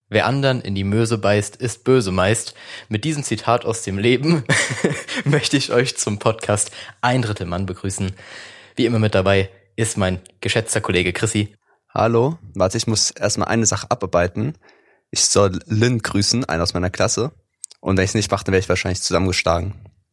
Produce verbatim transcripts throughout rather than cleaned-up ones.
Wer anderen in die Möse beißt, ist böse meist. Mit diesem Zitat aus dem Leben möchte ich euch zum Podcast Ein Drittel Mann begrüßen. Wie immer mit dabei ist mein geschätzter Kollege Chrissy. Hallo, warte, ich muss erstmal eine Sache abarbeiten. Ich soll Lynn grüßen, einen aus meiner Klasse. Und wenn ich es nicht mache, dann werde ich wahrscheinlich zusammengeschlagen.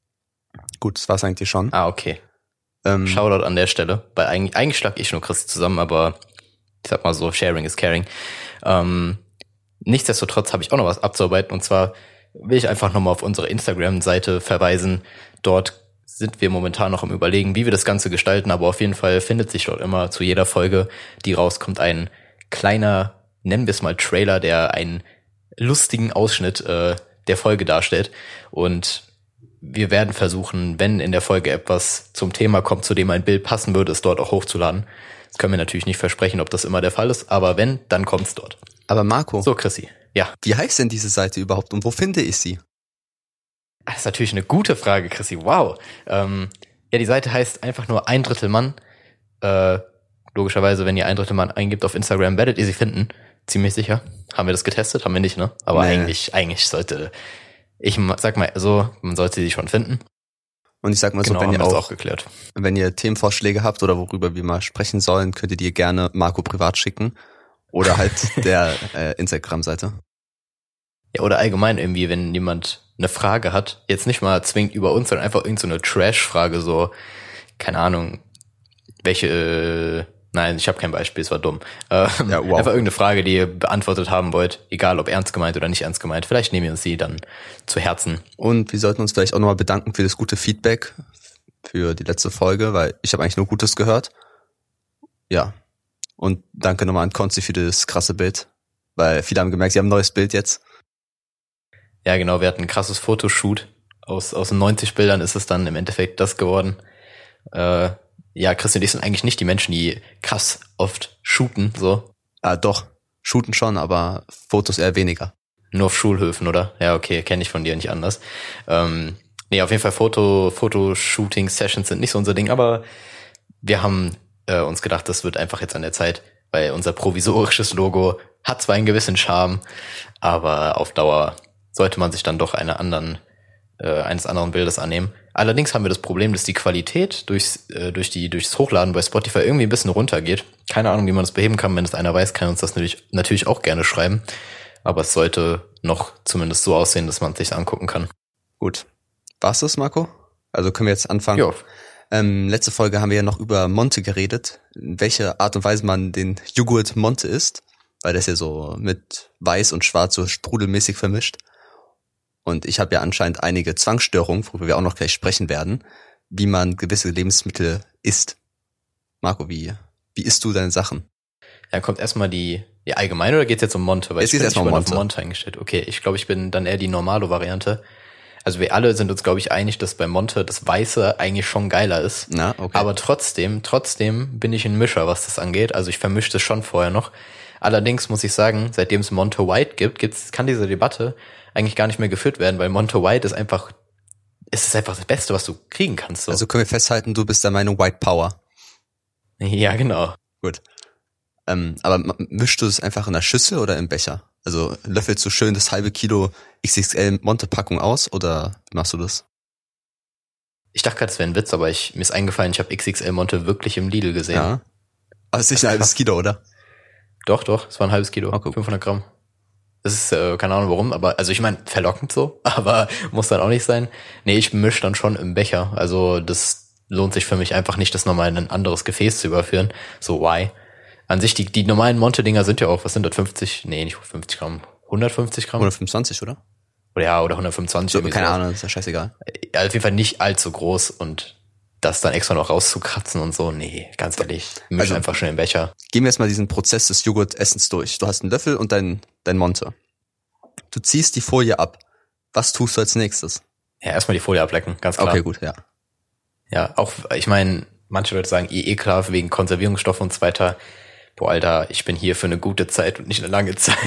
Gut, das war's eigentlich schon. Ah, okay. Ähm, Shoutout an der Stelle. Weil eigentlich, eigentlich schlag ich nur Chrissy zusammen, aber ich sag mal so, sharing is caring. Ähm, nichtsdestotrotz habe ich auch noch was abzuarbeiten. Und zwar will ich einfach nochmal auf unsere Instagram-Seite verweisen. Dort sind wir momentan noch am Überlegen, wie wir das Ganze gestalten. Aber auf jeden Fall findet sich dort immer zu jeder Folge, die rauskommt, ein kleiner, nennen wir es mal Trailer, der einen lustigen Ausschnitt äh, der Folge darstellt. Und wir werden versuchen, wenn in der Folge etwas zum Thema kommt, zu dem ein Bild passen würde, es dort auch hochzuladen. Das können wir natürlich nicht versprechen, ob das immer der Fall ist, aber wenn, dann kommt's dort. aber Marco, So, Chrissy. Ja, wie heißt denn diese Seite überhaupt und wo finde ich sie? das ist natürlich eine gute Frage, Chrissy. Wow. Ähm, ja, die Seite heißt einfach nur Ein Drittel Mann. Äh, logischerweise, wenn ihr Ein Drittel Mann eingibt auf Instagram, werdet ihr sie finden. Ziemlich sicher. Haben wir das getestet? Haben wir nicht, ne? Aber Nee. eigentlich, eigentlich sollte, ich sag mal so, man sollte sie schon finden. Und ich sag mal so, Genau, wenn haben ihr wir das auch, auch geklärt. wenn ihr Themenvorschläge habt oder worüber wir mal sprechen sollen, könnt ihr die gerne Marco privat schicken. Oder halt der äh, Instagram-Seite. Ja, oder allgemein irgendwie, wenn jemand eine Frage hat, jetzt nicht mal zwingend über uns, sondern einfach irgend so eine Trash-Frage, so, keine Ahnung, welche, äh, nein, ich habe kein Beispiel, es war dumm. Ähm, Ja, wow. Einfach irgendeine Frage, die ihr beantwortet haben wollt, egal ob ernst gemeint oder nicht ernst gemeint. Vielleicht nehmen wir uns sie dann zu Herzen. Und wir sollten uns vielleicht auch nochmal bedanken für das gute Feedback für die letzte Folge, weil ich habe eigentlich nur Gutes gehört. Ja. Und danke nochmal an Konzi für das krasse Bild, weil viele haben gemerkt, sie haben ein neues Bild jetzt. Ja, genau, wir hatten ein krasses Fotoshoot. Aus, aus neunzig Bildern ist es dann im Endeffekt das geworden. Äh, ja, Chris und ich sind eigentlich nicht die Menschen, die krass oft shooten, so. Ah, doch, shooten schon, aber Fotos eher weniger. Nur auf Schulhöfen, oder? Ja, okay, kenne ich von dir nicht anders. Ähm, nee, auf jeden Fall Foto, Fotoshooting-Sessions sind nicht so unser Ding, aber wir haben äh, uns gedacht, das wird einfach jetzt an der Zeit, weil unser provisorisches Logo hat zwar einen gewissen Charme, aber auf Dauer sollte man sich dann doch einer anderen, äh, eines anderen Bildes annehmen. Allerdings haben wir das Problem, dass die Qualität durchs, äh, durch die, durchs Hochladen bei Spotify irgendwie ein bisschen runtergeht. Keine Ahnung, wie man das beheben kann. Wenn es einer weiß, kann uns das natürlich, natürlich auch gerne schreiben. Aber es sollte noch zumindest so aussehen, dass man es sich angucken kann. Gut. War's das, Marco? Also können wir jetzt anfangen? Jo. Ähm, letzte Folge haben wir ja noch über Monte geredet, in welche Art und Weise man den Joghurt Monte isst, weil das ja so mit weiß und schwarz so sprudelmäßig vermischt. Und ich habe ja anscheinend einige Zwangsstörungen, worüber wir auch noch gleich sprechen werden, wie man gewisse Lebensmittel isst. Marco, wie, wie isst du deine Sachen? Dann kommt erstmal die, die allgemeine, oder geht's jetzt um Monte? Weil Jetzt ich geht's bin erstmal um nicht mal auf Monte. Monte eingestellt. Okay, ich glaube, ich bin dann eher die Normalo-Variante. Also wir alle sind uns, glaube ich, einig, dass bei Monte das Weiße eigentlich schon geiler ist. Na, okay. Aber trotzdem, trotzdem bin ich ein Mischer, was das angeht. Also ich vermische das schon vorher noch. Allerdings muss ich sagen, seitdem es Monte White gibt, gibt's, kann diese Debatte eigentlich gar nicht mehr geführt werden, weil Monte White ist einfach, es ist einfach das Beste, was du kriegen kannst. So. Also können wir festhalten, du bist der Meinung White Power. Ja, genau. Gut. Ähm, aber m- mischst du es einfach in der Schüssel oder im Becher? Also löffelst du schön das halbe Kilo X X L Monte-Packung aus oder wie machst du das? Ich dachte gerade, es wäre ein Witz, aber ich, mir ist eingefallen, ich habe X X L Monte wirklich im Lidl gesehen. Ja. Aber es ist nicht ein halbes Kilo, oder? Doch, doch, es war ein halbes Kilo, Okay. fünfhundert Gramm. Das ist, äh, keine Ahnung warum, aber, also ich meine, verlockend so, aber muss dann auch nicht sein. Nee, ich mische dann schon im Becher, also das lohnt sich für mich einfach nicht, das nochmal in ein anderes Gefäß zu überführen, so why? An sich, die, die normalen Monte-Dinger sind ja auch, was sind das, fünfzig, nee, nicht fünfzig Gramm, hundertfünfzig Gramm? hundertfünfundzwanzig, oder? Oder ja, oder hundertfünfundzwanzig. So, irgendwie keine sowas. Ahnung, ist ja scheißegal. Ja, auf jeden Fall nicht allzu groß und das dann extra noch rauszukratzen und so, nee, ganz ehrlich, misch Also- einfach schnell im Becher. Gehen wir jetzt mal diesen Prozess des Joghurtessens durch. Du hast einen Löffel und dein, dein Monte. Du ziehst die Folie ab. Was tust du als nächstes? Ja, erstmal die Folie ablecken, ganz klar. Okay, gut, ja. Ja, auch, ich meine, manche Leute sagen, eh ekelhaft wegen Konservierungsstoff und so weiter. Boah, Alter, ich bin hier für eine gute Zeit und nicht eine lange Zeit.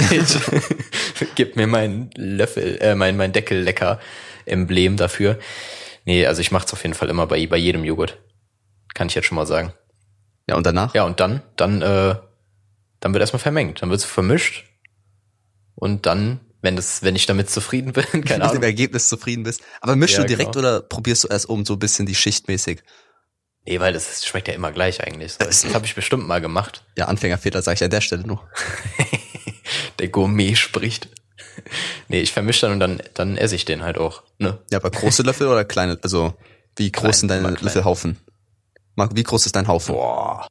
Gib mir meinen Löffel, äh, mein, mein Deckel lecker Emblem dafür. Nee, also ich mach's auf jeden Fall immer bei, bei jedem Joghurt. Kann ich jetzt schon mal sagen. Ja, und danach? Ja, und dann, dann, äh, dann wird erstmal vermengt. Dann wird's vermischt. und dann, wenn das, wenn ich damit zufrieden bin, keine mit dem Ahnung. Ergebnis zufrieden bist. Aber mischst Ja, du direkt genau. oder probierst du erst oben so ein bisschen die schichtmäßig? Nee, weil das schmeckt ja immer gleich eigentlich. So, das habe ich bestimmt mal gemacht. Ja, Anfängerfehler sage ich an der Stelle nur. Der Gourmet spricht. Nee, ich vermische dann und dann, dann esse ich den halt auch. Ne? Ja, aber große Löffel oder kleine? Also, wie groß Klein, sind deine immer klein. Löffelhaufen? Marc, wie groß ist dein Haufen? Boah.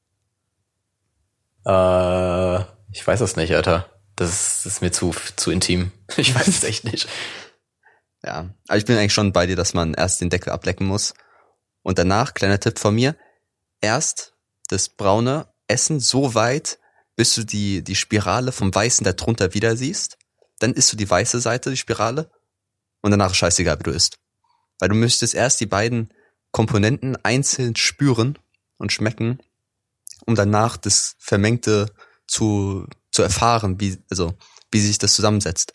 Äh, ich weiß es nicht, Alter. Das ist, das ist mir zu, zu intim. Ich weiß es echt nicht. Ja, aber ich bin eigentlich schon bei dir, dass man erst den Deckel ablecken muss. Und danach, kleiner Tipp von mir, erst das braune Essen so weit, bis du die, die Spirale vom Weißen darunter wieder siehst. Dann isst du die weiße Seite, die Spirale. Und danach ist scheißegal, wie du isst. Weil du müsstest erst die beiden Komponenten einzeln spüren und schmecken, um danach das Vermengte zu, zu erfahren, wie, also, wie sich das zusammensetzt.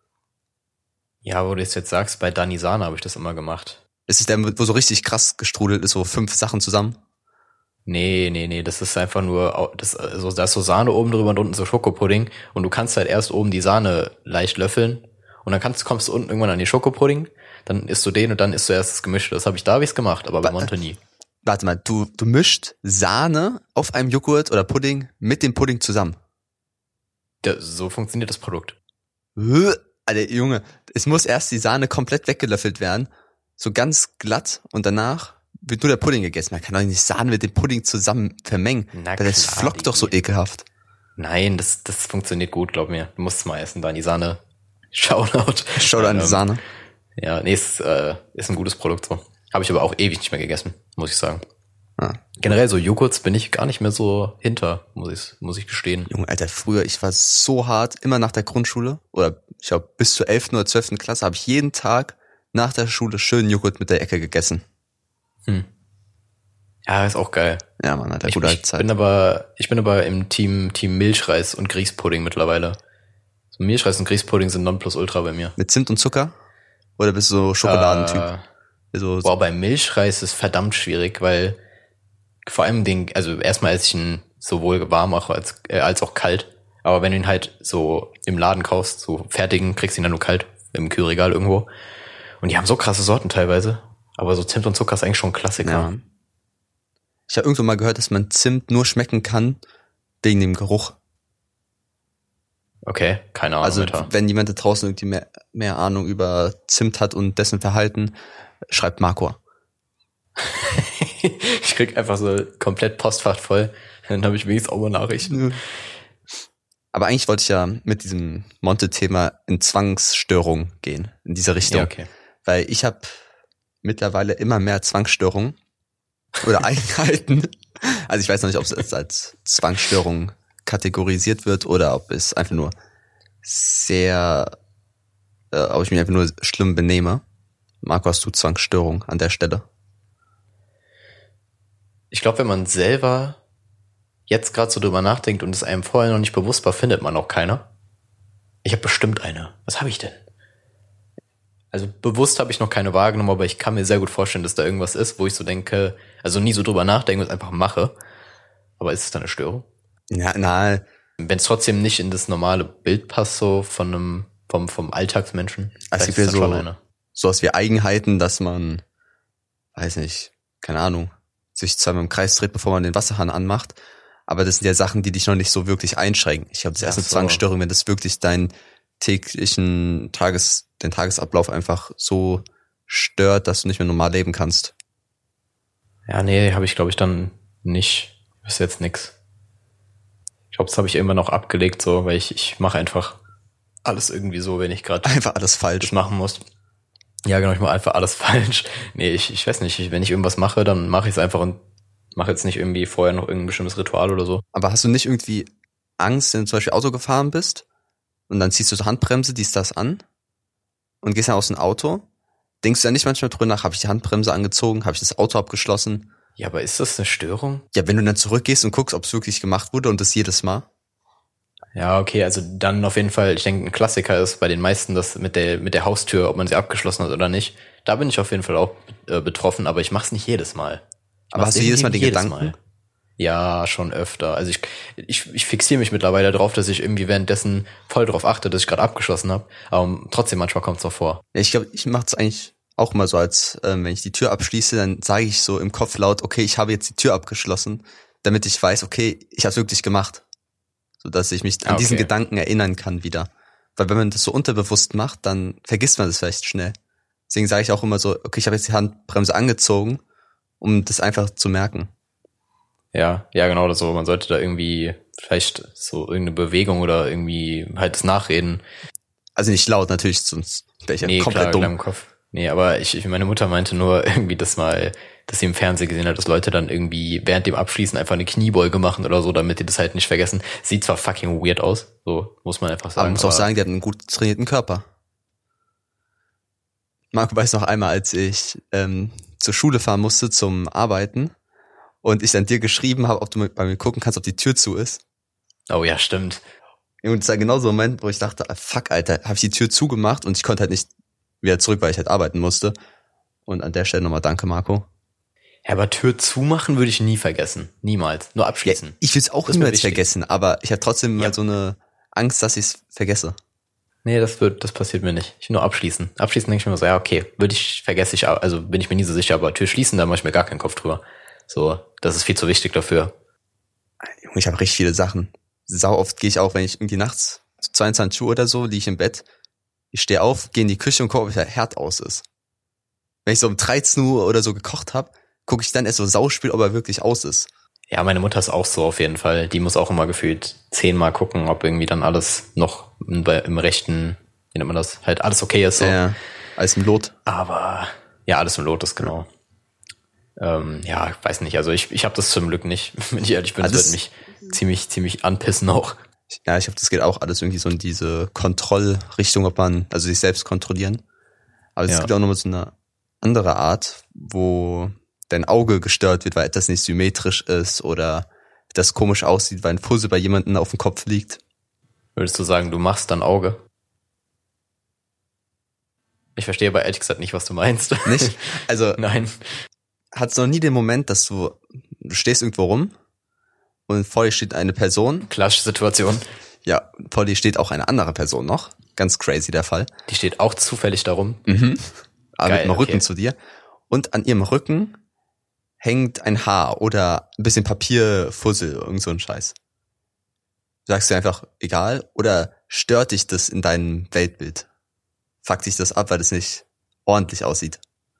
Ja, wo du es jetzt sagst, bei Danisana habe ich das immer gemacht. Es ist der, wo so richtig krass gestrudelt ist, so fünf Sachen zusammen. Nee, nee, nee, das ist einfach nur, au- das, also, da ist so Sahne oben drüber und unten so Schokopudding und du kannst halt erst oben die Sahne leicht löffeln und dann kannst, kommst du unten irgendwann an die Schokopudding, dann isst du den und dann isst du erst das Gemischte. Das habe ich, da habe ich's gemacht, aber bei Monte nie. Warte mal, du, du mischt Sahne auf einem Joghurt oder Pudding mit dem Pudding zusammen. Da, so funktioniert das Produkt. Äh, Alter, Junge, es muss erst die Sahne komplett weggelöffelt werden, so ganz glatt und danach wird nur der Pudding gegessen. Man kann doch nicht Sahne mit dem Pudding zusammen vermengen, Na weil das klar, flockt doch so Digi. ekelhaft. Nein, das, das funktioniert gut, glaub mir. Du musst es mal essen, Danisane. Shoutout. Schau da an die Ähm, Sahne. Ja, nee, ist, äh, ist ein gutes Produkt so. Habe ich aber auch ewig nicht mehr gegessen, muss ich sagen. Ah. Generell so Joghurts bin ich gar nicht mehr so hinter, muss ich, muss ich gestehen. Junge, Alter, früher, ich war so hart, immer nach der Grundschule, oder ich glaube bis zur elften oder zwölften Klasse, habe ich jeden Tag nach der Schule schön Joghurt mit der Ecke gegessen. Hm. Ja, ist auch geil. Ja, Mann, Alter, Ich, gute alte ich Zeit. bin aber, ich bin aber im Team, Team Milchreis und Grießpudding mittlerweile. So Milchreis und Grießpudding sind Nonplusultra bei mir. Mit Zimt und Zucker? Oder bist du so Schokoladentyp? Äh, So, Boah, bei Milchreis ist verdammt schwierig, weil vor allem den, also erstmal esse ich ihn sowohl warm auch als, äh, als auch kalt. Aber wenn du ihn halt so im Laden kaufst, so fertigen, kriegst du ihn dann nur kalt im Kühlregal irgendwo. Und die haben so krasse Sorten teilweise. Aber so Zimt und Zucker ist eigentlich schon ein Klassiker. ja. Ich habe irgendwo mal gehört, dass man Zimt nur schmecken kann wegen dem Geruch. Okay, keine Ahnung. Also Alter. wenn jemand da draußen irgendwie mehr, mehr Ahnung über Zimt hat und dessen Verhalten, schreibt Marco. Ich krieg einfach so komplett Postfach voll. Dann habe ich wenigstens auch mal Nachrichten. Aber eigentlich wollte ich ja mit diesem Monte-Thema in Zwangsstörung gehen, in diese Richtung. Ja, okay. Weil ich habe mittlerweile immer mehr Zwangsstörungen oder Eigenheiten. Also ich weiß noch nicht, ob es als Zwangsstörung kategorisiert wird oder ob es einfach nur sehr, äh, ob ich mich einfach nur schlimm benehme. Marco, hast du Zwangsstörung an der Stelle? Ich glaube, wenn man selber jetzt gerade so drüber nachdenkt und es einem vorher noch nicht bewusst war, findet man auch keiner. Ich habe bestimmt eine. Was habe ich denn? Also bewusst habe ich noch keine wahrgenommen, aber ich kann mir sehr gut vorstellen, dass da irgendwas ist, wo ich so denke, also nie so drüber nachdenke und es einfach mache. Aber ist es dann eine Störung? Ja, na, Wenn es trotzdem nicht in das normale Bild passt, so von einem, vom, vom Alltagsmenschen, es vielleicht gibt ist ja dann schon so, eine. sowas wie Eigenheiten, dass man, weiß nicht, keine Ahnung, sich zweimal im Kreis dreht, bevor man den Wasserhahn anmacht. Aber das sind ja Sachen, die dich noch nicht so wirklich einschränken. Ich glaube, das ist erst Ach eine so. Zwangsstörung, wenn das wirklich deinen täglichen Tages, den Tagesablauf einfach so stört, dass du nicht mehr normal leben kannst. Ja, nee, habe ich glaube ich dann nicht. Ist jetzt nix. Ich glaube, das habe ich immer noch abgelegt, so, weil ich, ich mache einfach alles irgendwie so, wenn ich gerade Einfach alles das falsch. machen muss. Ja, genau, ich mache einfach alles falsch. Nee, ich, ich weiß nicht, ich, wenn ich irgendwas mache, dann mache ich es einfach und mache jetzt nicht irgendwie vorher noch irgendein bestimmtes Ritual oder so. Aber hast du nicht irgendwie Angst, wenn du zum Beispiel Auto gefahren bist und dann ziehst du so Handbremse, dies, das an und gehst dann aus dem Auto? Denkst du ja nicht manchmal drüber nach, habe ich die Handbremse angezogen, habe ich das Auto abgeschlossen? Ja, aber ist das eine Störung? Ja, wenn du dann zurückgehst und guckst, ob es wirklich gemacht wurde und das jedes Mal. Ja, okay, also dann auf jeden Fall, ich denke, ein Klassiker ist bei den meisten das mit der mit der Haustür, ob man sie abgeschlossen hat oder nicht. Da bin ich auf jeden Fall auch äh, betroffen, aber ich mach's nicht jedes Mal. Ich Aber mach's hast du jedes Mal irgendwie den Gedanken? Ja, schon öfter. Also ich, ich, ich fixiere mich mittlerweile darauf, dass ich irgendwie währenddessen voll darauf achte, dass ich gerade abgeschlossen habe. Aber trotzdem manchmal kommt es auch vor. Ja, ich glaube, ich mache es eigentlich auch mal so, als ähm, wenn ich die Tür abschließe, dann sage ich so im Kopf laut, okay, ich habe jetzt die Tür abgeschlossen, damit ich weiß, okay, ich habe es wirklich gemacht. So dass ich mich an Ah, diesen okay. Gedanken erinnern kann wieder. Weil wenn man das so unterbewusst macht, dann vergisst man das vielleicht schnell. Deswegen sage ich auch immer so, okay, ich habe jetzt die Handbremse angezogen, um das einfach zu merken. Ja, ja, genau das so. Man sollte da irgendwie vielleicht so irgendeine Bewegung oder irgendwie halt das Nachreden. Also nicht laut natürlich, sonst wäre ich ja Nee, komplett klar, dumm. klar im Kopf. Nee, aber ich, ich, meine Mutter meinte nur irgendwie das mal, dass sie im Fernsehen gesehen hat, dass Leute dann irgendwie während dem Abschließen einfach eine Kniebeuge machen oder so, damit die das halt nicht vergessen. Sieht zwar fucking weird aus, so muss man einfach sagen. Aber man muss auch sagen, die hat einen gut trainierten Körper. Marco weiß noch einmal, als ich ähm, zur Schule fahren musste zum Arbeiten und ich dann dir geschrieben habe, ob du bei mir gucken kannst, ob die Tür zu ist. Oh ja, stimmt. Und es war genau so ein Moment, wo ich dachte, ah, fuck, Alter, habe ich die Tür zugemacht und ich konnte halt nicht wieder zurück, weil ich halt arbeiten musste. Und an der Stelle nochmal danke, Marco. Ja, aber Tür zumachen würde ich nie vergessen. Niemals. Nur abschließen. Ja, ich will es auch Das ist mir niemals wichtig. vergessen, aber ich habe trotzdem Ja. mal so eine Angst, dass ich es vergesse. Nee, das wird, das passiert mir nicht. Ich nur abschließen. Abschließen denke ich mir immer so, ja, okay, würde ich, vergesse ich, also bin ich mir nie so sicher, aber Tür schließen, da mache ich mir gar keinen Kopf drüber. So, das ist viel zu wichtig dafür. Junge, ich habe richtig viele Sachen. Sau oft gehe ich auch, wenn ich irgendwie nachts, zweiundzwanzig Uhr oder so, liege ich im Bett. Ich stehe auf, gehe in die Küche und gucke, ob der Herd aus ist. Wenn ich so um dreizehn Uhr oder so gekocht habe, gucke ich dann erst so Sauspiel, ob er wirklich aus ist. Ja, meine Mutter ist auch so auf jeden Fall. Die muss auch immer gefühlt zehnmal gucken, ob irgendwie dann alles noch im, im rechten, wie nennt man das, halt alles okay ist. So. Ja, alles im Lot. Aber ja, alles im Lotus, genau. Ähm, ja, ich weiß nicht. Also ich, ich habe das zum Glück nicht. Wenn ich ehrlich bin, das Alles- wird mich ziemlich, ziemlich anpissen auch. Ja, ich glaube, das geht auch alles irgendwie so in diese Kontrollrichtung, ob man, also sich selbst kontrollieren. Aber es Ja. gibt auch nochmal so eine andere Art, wo dein Auge gestört wird, weil etwas nicht symmetrisch ist oder das komisch aussieht, weil ein Puzzle bei jemandem auf dem Kopf liegt. Würdest du sagen, du machst dann Auge? Ich verstehe aber ehrlich gesagt nicht, was du meinst. Nicht? Also Nein. hat's noch nie den Moment, dass du, du stehst irgendwo rum und vor dir steht eine Person. Klassische Situation. Ja, vor dir steht auch eine andere Person noch. Ganz crazy der Fall. Die steht auch zufällig darum. Mhm. Aber Geil, mit dem Rücken okay. zu dir. Und an ihrem Rücken hängt ein Haar oder ein bisschen Papierfussel, irgend so ein Scheiß. Sagst du einfach, egal, oder stört dich das in deinem Weltbild? Fuckt dich das ab, weil das nicht ordentlich aussieht?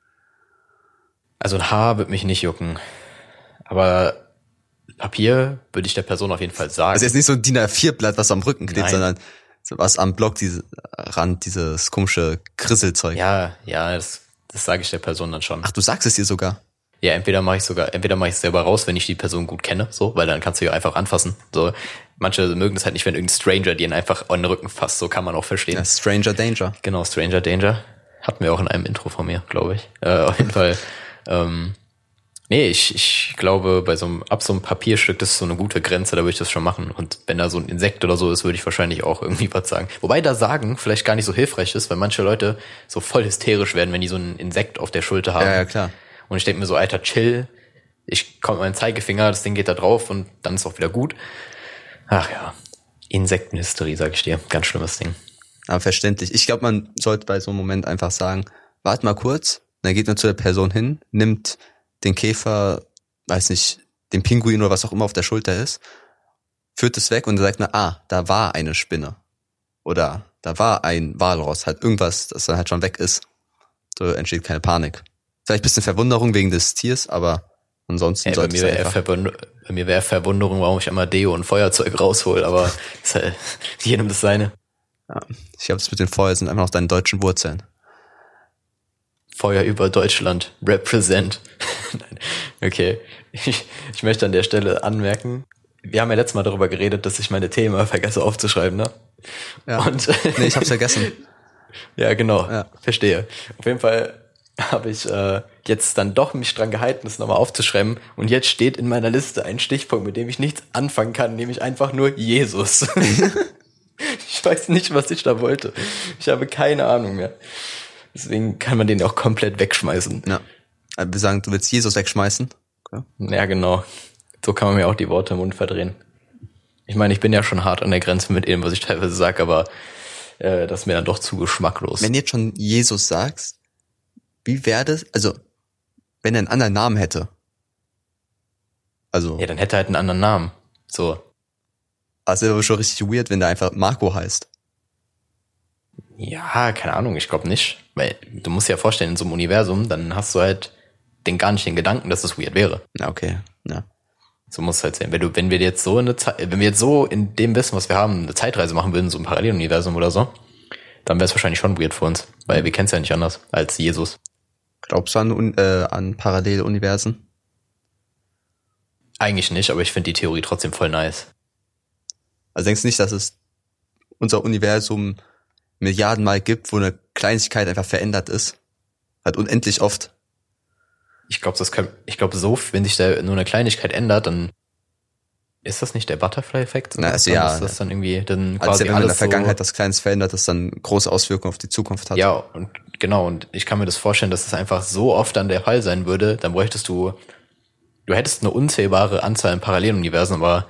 Also ein Haar wird mich nicht jucken. Aber Papier würde ich der Person auf jeden Fall sagen. Also jetzt nicht so ein D I N A vier Blatt, was am Rücken klebt, Nein. sondern so was am Block, diese Rand, dieses komische Krisselzeug. ja, ja, das, das sage ich der Person dann schon. Ach, du sagst es ihr sogar? Ja, entweder mache ich sogar, entweder mache ich es selber raus, wenn ich die Person gut kenne, so, weil dann kannst du ja einfach anfassen. So, manche mögen es halt nicht, wenn irgendein Stranger dir einfach an den Rücken fasst, so kann man auch verstehen. Ja, Stranger Danger. Genau, Stranger Danger. Hatten wir auch in einem Intro von mir, glaube ich. Äh, auf jeden Fall. Ähm, nee, ich, ich glaube, bei so einem, ab so einem Papierstück, das ist so eine gute Grenze, da würde ich das schon machen. Und wenn da so ein Insekt oder so ist, würde ich wahrscheinlich auch irgendwie was sagen. Wobei da sagen vielleicht gar nicht so hilfreich ist, weil manche Leute so voll hysterisch werden, wenn die so ein Insekt auf der Schulter haben. Ja, ja, klar. Und ich denke mir so, Alter, chill. Ich komme mit meinem Zeigefinger, das Ding geht da drauf und dann ist auch wieder gut. Ach ja, Insektenhysterie, sag ich dir. Ganz schlimmes Ding. Aber verständlich. Ich glaube, man sollte bei so einem Moment einfach sagen, wart mal kurz, dann geht man zu der Person hin, nimmt den Käfer, weiß nicht, den Pinguin oder was auch immer auf der Schulter ist, führt es weg und dann sagt man, ah, da war eine Spinne. Oder da war ein Walross, halt irgendwas, das dann halt schon weg ist. So entsteht keine Panik. Vielleicht ein bisschen Verwunderung wegen des Tiers, aber ansonsten Ja, bei, sollte mir es wäre eher einfach... Verwund- bei mir wäre Verwunderung, warum ich immer Deo und Feuerzeug raushol, aber ist halt jedem das seine. Ja, ich glaube, das mit den Feuer sind einfach noch deine deutschen Wurzeln. Feuer über Deutschland. Represent. Nein. Okay. Ich, ich möchte an der Stelle anmerken, wir haben ja letztes Mal darüber geredet, dass ich meine Themen vergesse aufzuschreiben, ne? Ja. Und Nee, ich hab's vergessen. ja, genau. Ja. Verstehe. Auf jeden Fall habe ich äh, jetzt dann doch mich dran gehalten, das nochmal aufzuschreiben. Und jetzt steht in meiner Liste ein Stichpunkt, mit dem ich nichts anfangen kann, nämlich einfach nur Jesus. Ich weiß nicht, was ich da wollte. Ich habe keine Ahnung mehr. Deswegen kann man den auch komplett wegschmeißen. Ja. Wir sagen, du willst Jesus wegschmeißen. Okay. Ja, genau. So kann man mir auch die Worte im Mund verdrehen. Ich meine, ich bin ja schon hart an der Grenze mit dem, was ich teilweise sage, aber äh, das ist mir dann doch zu geschmacklos. Wenn du jetzt schon Jesus sagst, wie wäre das, also wenn er einen anderen Namen hätte? Also. Ja, dann hätte er halt einen anderen Namen. So. Also wäre aber schon richtig weird, wenn der einfach Marco heißt. Ja, keine Ahnung, ich glaube nicht. Weil du musst dir ja vorstellen, in so einem Universum, dann hast du halt den gar nicht den Gedanken, dass das weird wäre. Na, okay, ja. So muss es halt sein. Wenn du, wenn wir jetzt so eine Zeit, wenn wir jetzt so in dem Wissen, was wir haben, eine Zeitreise machen würden, so ein Paralleluniversum oder so, dann wäre es wahrscheinlich schon weird für uns. Weil wir kennen es ja nicht anders als Jesus. Glaubst du an, äh, an Paralleluniversen? Eigentlich nicht, aber ich finde die Theorie trotzdem voll nice. Also denkst du nicht, dass es unser Universum Milliardenmal gibt, wo eine Kleinigkeit einfach verändert ist? Halt unendlich oft. Ich glaube, das kann, ich glaube so, wenn sich da nur eine Kleinigkeit ändert, dann ist das nicht der Butterfly-Effekt? Na, also ja. Ist das dann irgendwie dann Also quasi ja, wenn man in der alles Vergangenheit so, das Kleines verändert, das dann große Auswirkungen auf die Zukunft hat. ja, und genau, und ich kann mir das vorstellen, dass das einfach so oft dann der Fall sein würde, dann bräuchtest du, du hättest eine unzählbare Anzahl an Paralleluniversen, aber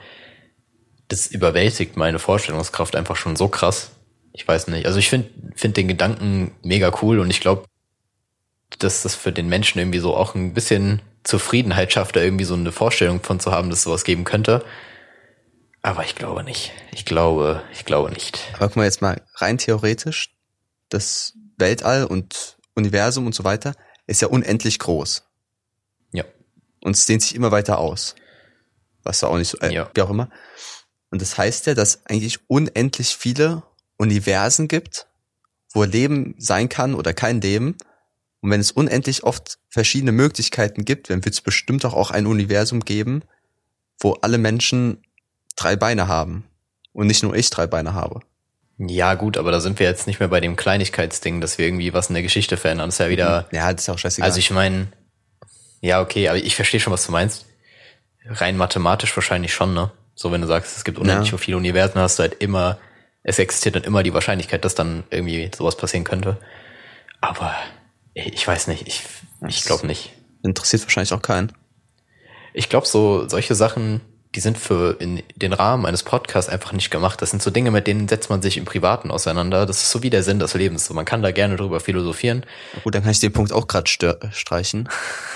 das überwältigt meine Vorstellungskraft einfach schon so krass. Ich weiß nicht. Also ich finde find den Gedanken mega cool und ich glaube, dass das für den Menschen irgendwie so auch ein bisschen Zufriedenheit schafft, da irgendwie so eine Vorstellung von zu haben, dass es sowas geben könnte. Aber ich glaube nicht. Ich glaube, ich glaube nicht. Aber guck mal jetzt mal rein theoretisch, das Weltall und Universum und so weiter ist ja unendlich groß. Ja. Und es dehnt sich immer weiter aus. Was da auch nicht so, äh, Ja. wie auch immer. Und das heißt ja, dass eigentlich unendlich viele Universen gibt, wo Leben sein kann oder kein Leben. Und wenn es unendlich oft verschiedene Möglichkeiten gibt, dann wird es bestimmt auch, auch ein Universum geben, wo alle Menschen drei Beine haben. Und nicht nur ich drei Beine habe. Ja, gut, aber da sind wir jetzt nicht mehr bei dem Kleinigkeitsding, dass wir irgendwie was in der Geschichte verändern. Das ist ja wieder. Ja, das ist auch scheißegal. Also ich meine, ja, okay, aber ich verstehe schon, was du meinst. Rein mathematisch wahrscheinlich schon, ne? So, wenn du sagst, es gibt unendlich Ja. viele Universen, hast du halt immer, es existiert dann immer die Wahrscheinlichkeit, dass dann irgendwie sowas passieren könnte. Aber ich weiß nicht, ich, ich glaube nicht. Interessiert wahrscheinlich auch keinen. Ich glaube, so solche Sachen, die sind für in den Rahmen eines Podcasts einfach nicht gemacht. Das sind so Dinge, mit denen setzt man sich im Privaten auseinander. Das ist so wie der Sinn des Lebens. So, man kann da gerne drüber philosophieren. Gut, dann kann ich den Punkt auch gerade streichen.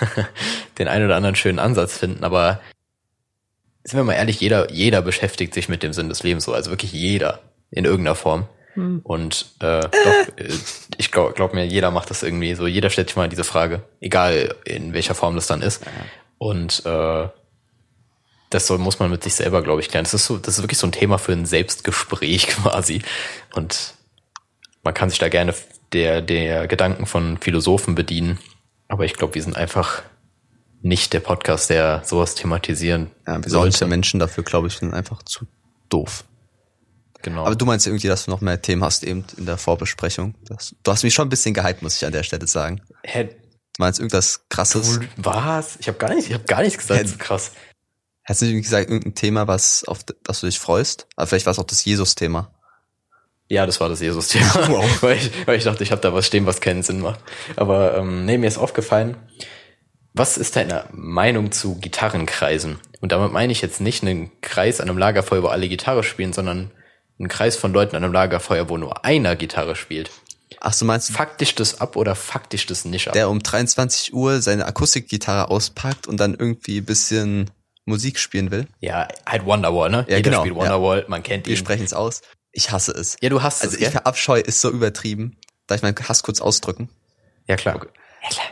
Den einen oder anderen schönen Ansatz finden, aber sind wir mal ehrlich, jeder, jeder beschäftigt sich mit dem Sinn des Lebens so, also wirklich jeder in irgendeiner Form. Hm. Und äh, doch, äh, ich glaube glaub mir, jeder macht das irgendwie so, jeder stellt sich mal diese Frage, egal in welcher Form das dann ist. Ja. Und äh, das soll, muss man mit sich selber, glaube ich, klären. Das ist so, das ist wirklich so ein Thema für ein Selbstgespräch quasi. Und man kann sich da gerne der, der Gedanken von Philosophen bedienen. Aber ich glaube, wir sind einfach nicht der Podcast, der sowas thematisieren. Ja, wir solche Menschen dafür, glaube ich, sind einfach zu doof. Genau. Aber du meinst irgendwie, dass du noch mehr Themen hast eben in der Vorbesprechung. Das, du hast mich schon ein bisschen gehypt, muss ich an der Stelle sagen. Hä? Du meinst irgendwas Krasses? Was? Ich habe gar nicht, ich habe gar nichts gesagt. Hä? Das ist krass. Hast du nicht gesagt, irgendein Thema, was auf das du dich freust? Aber vielleicht war es auch das Jesus-Thema. Ja, das war das Jesus-Thema. Wow. weil, ich, weil ich dachte, ich habe da was stehen, was keinen Sinn macht. Aber ähm, nee, mir ist aufgefallen, was ist deine Meinung zu Gitarrenkreisen? Und damit meine ich jetzt nicht einen Kreis an einem Lagerfeuer, wo alle Gitarre spielen, sondern einen Kreis von Leuten an einem Lagerfeuer, wo nur einer Gitarre spielt. Ach, du meinst, faktisch das ab oder faktisch das nicht ab? Der um dreiundzwanzig Uhr seine Akustikgitarre auspackt und dann irgendwie ein bisschen Musik spielen will? Ja, halt Wonderwall, ne? Ja, Jeder genau, spielt Wonderwall, ja. Man kennt ihn. Wir sprechen es aus. Ich hasse es. Ja, du hast also es, Also ich ja? verabscheue ist so übertrieben. Darf ich meinen Hass kurz ausdrücken? Ja, klar. Okay. Ja, klar.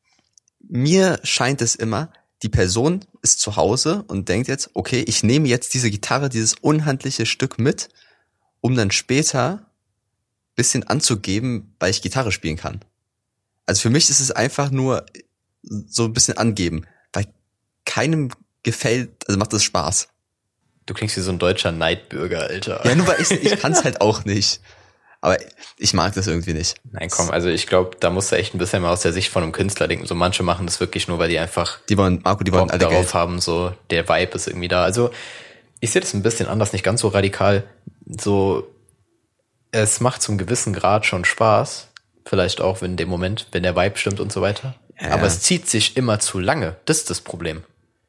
Mir scheint es immer, die Person ist zu Hause und denkt jetzt, okay, ich nehme jetzt diese Gitarre, dieses unhandliche Stück mit, um dann später bisschen anzugeben, weil ich Gitarre spielen kann. Also für mich ist es einfach nur so ein bisschen angeben, weil keinem gefällt, also macht das Spaß. Du klingst wie so ein deutscher Neidbürger, Alter. Ja, nur weil ich, ich kann es halt auch nicht. Aber ich mag das irgendwie nicht. Nein, komm, also ich glaube, da musst du echt ein bisschen mal aus der Sicht von einem Künstler denken. So manche machen das wirklich nur, weil die einfach die wollen, Marco, die wollen alle darauf Geld haben, so der Vibe ist irgendwie da. Also ich sehe das ein bisschen anders, nicht ganz so radikal. So, es macht zum gewissen Grad schon Spaß. Vielleicht auch in dem Moment, wenn der Vibe stimmt und so weiter. Ja. Aber es zieht sich immer zu lange. Das ist das Problem.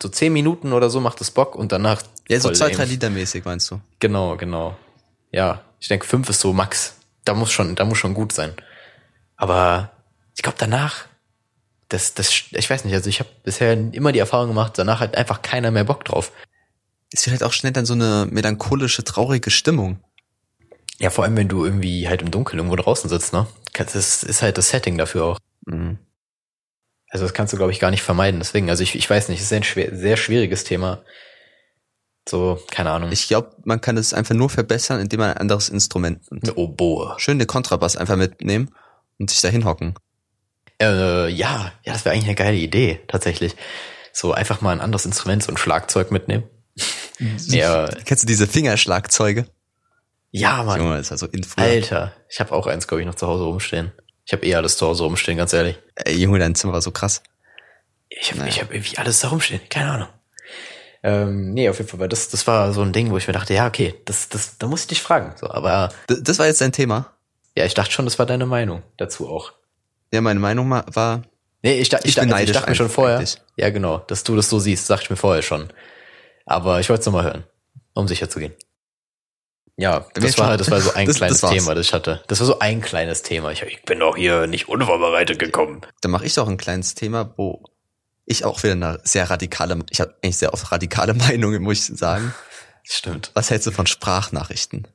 so zehn Minuten oder so macht es Bock und danach Ja, so voll zwei, lame. drei Lieder mäßig, meinst du? Genau, genau. Ja, ich denke, fünf ist so Max. Da muss schon, da muss schon gut sein. Aber ich glaube danach, das, das, ich weiß nicht, also ich habe bisher immer die Erfahrung gemacht, danach hat einfach keiner mehr Bock drauf. Es wird halt auch schnell dann so eine melancholische, traurige Stimmung. Ja, vor allem, wenn du irgendwie halt im Dunkeln irgendwo draußen sitzt, ne? Das ist halt das Setting dafür auch. Mhm. Also das kannst du, glaube ich, gar nicht vermeiden. Deswegen, also ich, ich weiß nicht, es ist ein schwer, sehr schwieriges Thema. So, keine Ahnung. Ich glaube, man kann es einfach nur verbessern, indem man ein anderes Instrument nimmt. Eine Oboe. Schön den Kontrabass einfach mitnehmen und sich da hinhocken. Äh, ja, ja, das wäre eigentlich eine geile Idee, tatsächlich. So einfach mal ein anderes Instrument, so ein Schlagzeug mitnehmen. Ja, Kennst du diese Fingerschlagzeuge? ja, Mann. Junge, das ist also Info. Alter, ich habe auch eins, glaube ich, noch zu Hause rumstehen. Ich habe eh alles zu Hause rumstehen, ganz ehrlich. Ey, Junge, dein Zimmer war so krass. Ich habe Naja. ich hab irgendwie alles da rumstehen, keine Ahnung. Ähm, nee, auf jeden Fall, weil das, das war so ein Ding, wo ich mir dachte, ja, okay, das, das, da muss ich dich fragen. So, aber D- Das war jetzt dein Thema. ja, ich dachte schon, das war deine Meinung dazu auch. Ja, meine Meinung ma- war, Nee, ich, dachte, Ich ich, bin dachte, also ich neidisch dachte mir schon einfach vorher. eigentlich. Ja, genau, dass du das so siehst, dachte ich mir vorher schon. Aber ich wollte es nochmal hören, um sicher zu gehen. Ja, Wenn wir das jetzt war, schon- das war so ein das- kleines das war's. Thema, das ich hatte. Das war so ein kleines Thema. Ich, ich bin doch hier nicht unvorbereitet gekommen. dann mache ich doch ein kleines Thema, wo ich auch wieder eine sehr radikale, ich habe eigentlich sehr oft radikale Meinungen, muss ich sagen. Stimmt. Was hältst du von Sprachnachrichten?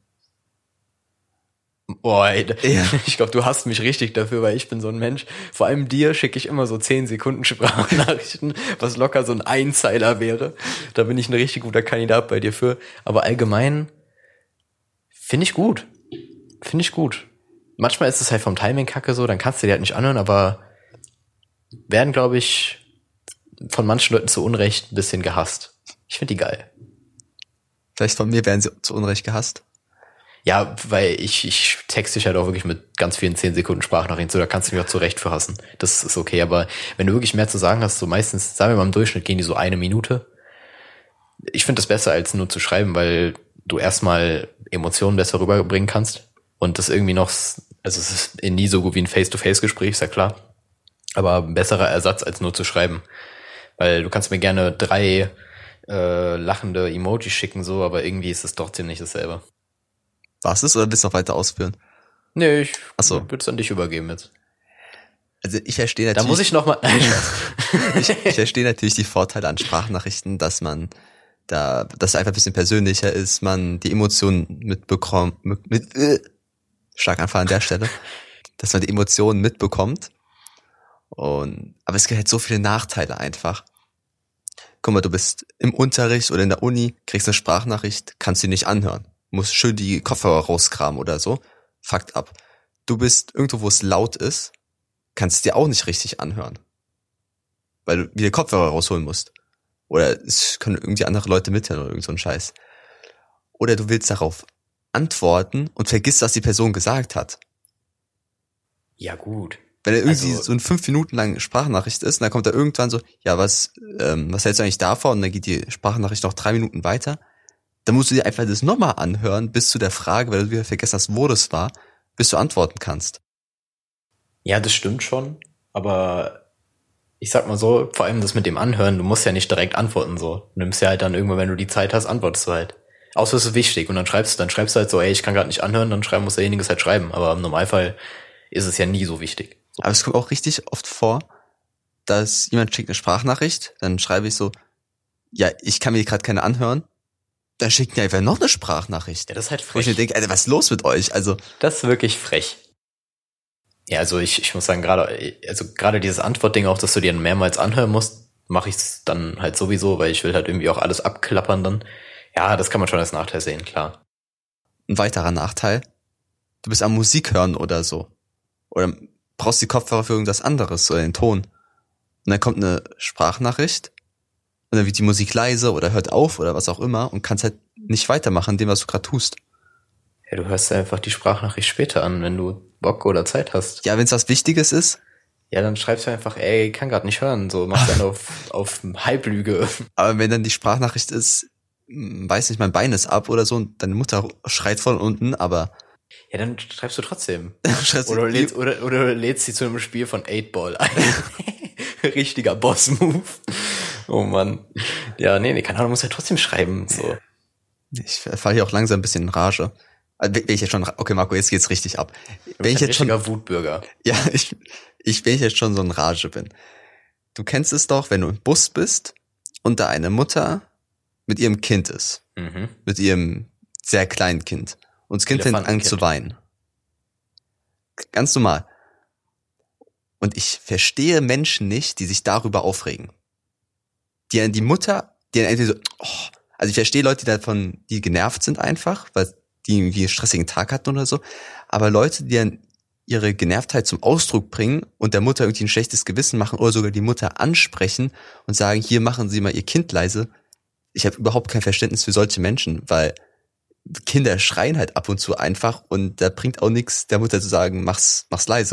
Boah, ey, Ja. ich glaube, du hasst mich richtig dafür, weil ich bin so ein Mensch. Vor allem dir schicke ich immer so zehn Sekunden Sprachnachrichten, was locker so ein Einzeiler wäre. Da bin ich ein richtig guter Kandidat bei dir für. Aber allgemein finde ich gut. Finde ich gut. Manchmal ist es halt vom Timing kacke so, dann kannst du dir halt nicht anhören, aber werden, glaube ich, von manchen Leuten zu Unrecht ein bisschen gehasst. Ich finde die geil. Vielleicht von mir werden sie zu Unrecht gehasst. Ja, weil ich, ich texte dich halt auch wirklich mit ganz vielen zehn Sekunden Sprachnachrichten, so, da kannst du mich auch zu Recht für hassen. Das ist okay, aber wenn du wirklich mehr zu sagen hast, so meistens, sagen wir mal im Durchschnitt gehen die so eine Minute. Ich finde das besser, als nur zu schreiben, weil du erstmal Emotionen besser rüberbringen kannst und das irgendwie noch, also es ist nie so gut wie ein Face-to-Face-Gespräch, ist ja klar, aber ein besserer Ersatz, als nur zu schreiben. Weil du kannst mir gerne drei äh, lachende Emojis schicken, so, aber irgendwie ist es trotzdem nicht dasselbe. War's es oder willst du noch weiter ausführen? Nee, ich Ach so. würde es an dich übergeben jetzt. Also ich verstehe Da natürlich, muss ich noch mal. ich, ich verstehe natürlich die Vorteile an Sprachnachrichten, dass man da, dass es einfach ein bisschen persönlicher ist, man die Emotionen mitbekommt, mit, mit äh, Schlaganfall an der Stelle, dass man die Emotionen mitbekommt. Und aber es gibt halt so viele Nachteile einfach. Guck mal, du bist im Unterricht oder in der Uni, kriegst eine Sprachnachricht, kannst sie nicht anhören. Musst schön die Kopfhörer rauskramen oder so. Fakt ab. Du bist irgendwo, wo es laut ist, kannst es dir auch nicht richtig anhören. Weil du wieder Kopfhörer rausholen musst. Oder es können irgendwie andere Leute mithören oder irgend so ein Scheiß. Oder du willst darauf antworten und vergisst, was die Person gesagt hat. Ja, gut. Wenn er irgendwie Also- so eine fünf Minuten lange Sprachnachricht ist, und dann kommt er irgendwann so, ja, was, ähm, was hältst du eigentlich davon? Und dann geht die Sprachnachricht noch drei Minuten weiter. Dann musst du dir einfach das nochmal anhören, bis zu der Frage, weil du wieder vergessen hast, wo das war, bis du antworten kannst. Ja, das stimmt schon. Aber ich sag mal so, vor allem das mit dem Anhören, du musst ja nicht direkt antworten so. Du nimmst ja halt dann irgendwann, wenn du die Zeit hast, antwortest du halt. Außer es ist wichtig und dann schreibst du, dann schreibst du halt so, ey, ich kann gerade nicht anhören, dann schreiben muss derjenige es halt schreiben. Aber im Normalfall ist es ja nie so wichtig. So. Aber es kommt auch richtig oft vor, dass jemand schickt eine Sprachnachricht, dann schreibe ich so, ja, ich kann mir gerade keine anhören. Dann schickt mir einfach noch eine Sprachnachricht. Ja, das ist halt Wo ich mir frech. denke, Alter, was ist los mit euch? Also, Das ist wirklich frech. Ja, also ich, ich muss sagen, gerade, also gerade dieses Antwortding auch, dass du dir mehrmals anhören musst, mache ich es dann halt sowieso, weil ich will halt irgendwie auch alles abklappern dann. Ja, das kann man schon als Nachteil sehen, klar. ein weiterer Nachteil. Du bist am Musik hören oder so. Oder brauchst die Kopfhörer für irgendwas anderes oder den Ton. Und dann kommt eine Sprachnachricht und dann wird die Musik leise oder hört auf oder was auch immer und kannst halt nicht weitermachen, dem, was du gerade tust. Ja, du hörst ja einfach die Sprachnachricht später an, wenn du Bock oder Zeit hast. Ja, wenn es was Wichtiges ist, Ja, dann schreibst du einfach, ey, ich kann gerade nicht hören, so, mach dann auf, auf Halblüge. aber wenn dann die Sprachnachricht ist, hm, weiß nicht, mein Bein ist ab oder so und deine Mutter schreit von unten, aber Ja, dann schreibst du trotzdem. schreibst du- Oder, du lädst, oder, oder du lädst sie zu einem Spiel von eight ball ein. Richtiger Boss-Move. Oh Mann. Ja, nee, nee, keine Ahnung, muss ja trotzdem schreiben. So. Ich falle hier auch langsam ein bisschen in Rage. Also, wenn ich jetzt schon, okay, Marco, jetzt geht's richtig ab. Du Wenn ich bist ein jetzt schon, richtiger Wutbürger. ja, ich, ich, wenn ich jetzt schon so in Rage bin. Du kennst es doch, wenn du im Bus bist und da eine Mutter mit ihrem Kind ist. Mhm. Mit ihrem sehr kleinen Kind. Und das Kind fängt an zu weinen. Ganz normal. Und ich verstehe Menschen nicht, die sich darüber aufregen. Die, die Mutter, die dann entweder so, oh, also ich verstehe Leute, die davon, die genervt sind einfach, weil die irgendwie einen stressigen Tag hatten oder so. Aber Leute, die dann ihre Genervtheit zum Ausdruck bringen und der Mutter irgendwie ein schlechtes Gewissen machen oder sogar die Mutter ansprechen und sagen, hier machen Sie mal Ihr Kind leise. Ich habe überhaupt kein Verständnis für solche Menschen, weil Kinder schreien halt ab und zu einfach und da bringt auch nichts, der Mutter zu sagen, mach's, mach's leise.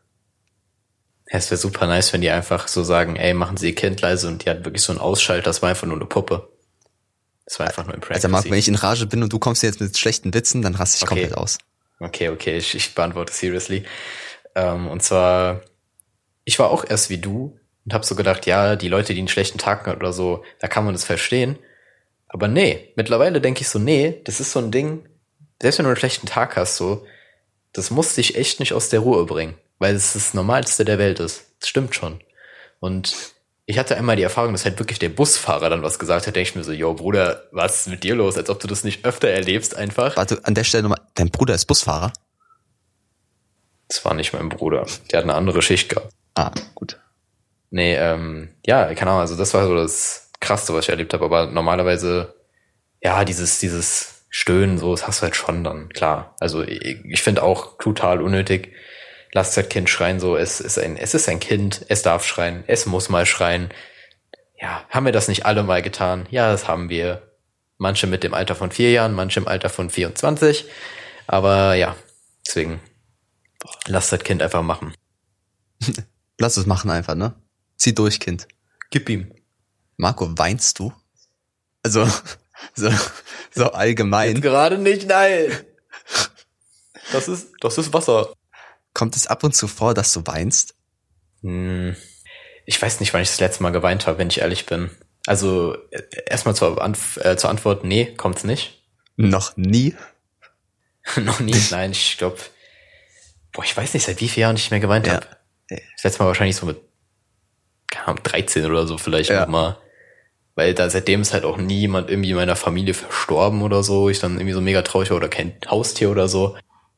Ja, es wäre super nice, wenn die einfach so sagen, ey, machen Sie Ihr Kind leise und die hat wirklich so einen Ausschalter, das war einfach nur eine Puppe. Das war einfach nur ein Prank. Also Marc, wenn ich in Rage bin und du kommst jetzt mit schlechten Witzen, dann raste ich okay. komplett aus. Okay, okay, ich, ich beantworte seriously. Ähm, und zwar, ich war auch erst wie du und habe so gedacht, ja, die Leute, die einen schlechten Tag hatten oder so, da kann man das verstehen. Aber nee, mittlerweile denke ich so, nee, das ist so ein Ding, selbst wenn du einen schlechten Tag hast, so, das muss dich echt nicht aus der Ruhe bringen, weil es das Normalste der Welt ist. Das stimmt schon. Und ich hatte einmal die Erfahrung, dass halt wirklich der Busfahrer dann was gesagt hat, denke ich mir so, yo, Bruder, was ist mit dir los? Als ob du das nicht öfter erlebst einfach. Warte, an der Stelle nochmal, dein Bruder ist Busfahrer? Das war nicht mein Bruder. Der hat eine andere Schicht gehabt. Ah, gut. Nee, ähm, ja, keine Ahnung, also das war so das Krasseste, was ich erlebt habe, aber normalerweise, ja, dieses, dieses Stöhnen, so, das hast du halt schon dann, klar. Also ich, ich finde auch total unnötig, lasst das Kind schreien, so, es ist ein, es ist ein Kind, es darf schreien, es muss mal schreien. Ja, haben wir das nicht alle mal getan? Ja, das haben wir. Manche mit dem Alter von vier Jahren, manche im Alter von vierundzwanzig. Aber ja, deswegen, lasst das Kind einfach machen. Lass es machen einfach, ne? Zieh durch, Kind. Gib ihm. Marco, weinst du? Also, so, so allgemein. Jetzt gerade nicht, nein. Das ist, das ist Wasser. Kommt es ab und zu vor, dass du weinst? Hm, ich weiß nicht, wann ich das letzte Mal geweint habe, wenn ich ehrlich bin. Also erstmal zur, Anf- äh, zur Antwort, nee, kommt's nicht. Noch nie? Noch nie, nein, ich glaube, boah, ich weiß nicht, seit wie vielen Jahren ich nicht mehr geweint Ja. habe. Das letzte Mal wahrscheinlich so mit, keine Ahnung, dreizehn oder so vielleicht Ja. nochmal. Weil da seitdem ist halt auch nie jemand irgendwie in meiner Familie verstorben oder so. Ich dann irgendwie so mega traurig war oder kein Haustier oder so.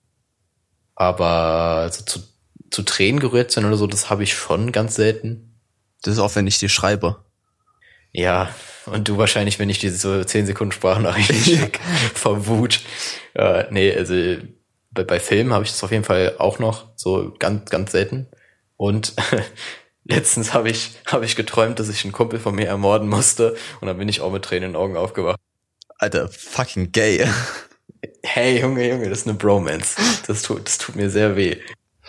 Aber so zu, zu Tränen gerührt sein oder so, das habe ich schon ganz selten. Das ist auch, wenn ich dir schreibe. Ja, und du wahrscheinlich, wenn ich diese so zehn Sekunden Sprachnachrichten schicke, vor Wut. Äh, nee, also bei, bei Filmen habe ich das auf jeden Fall auch noch, so ganz, ganz selten. Und letztens habe ich, habe ich geträumt, dass ich einen Kumpel von mir ermorden musste und dann bin ich auch mit Tränen in den Augen aufgewacht. Alter, fucking gay. Hey, Junge, Junge, das ist eine Bromance. Das tut, das tut mir sehr weh.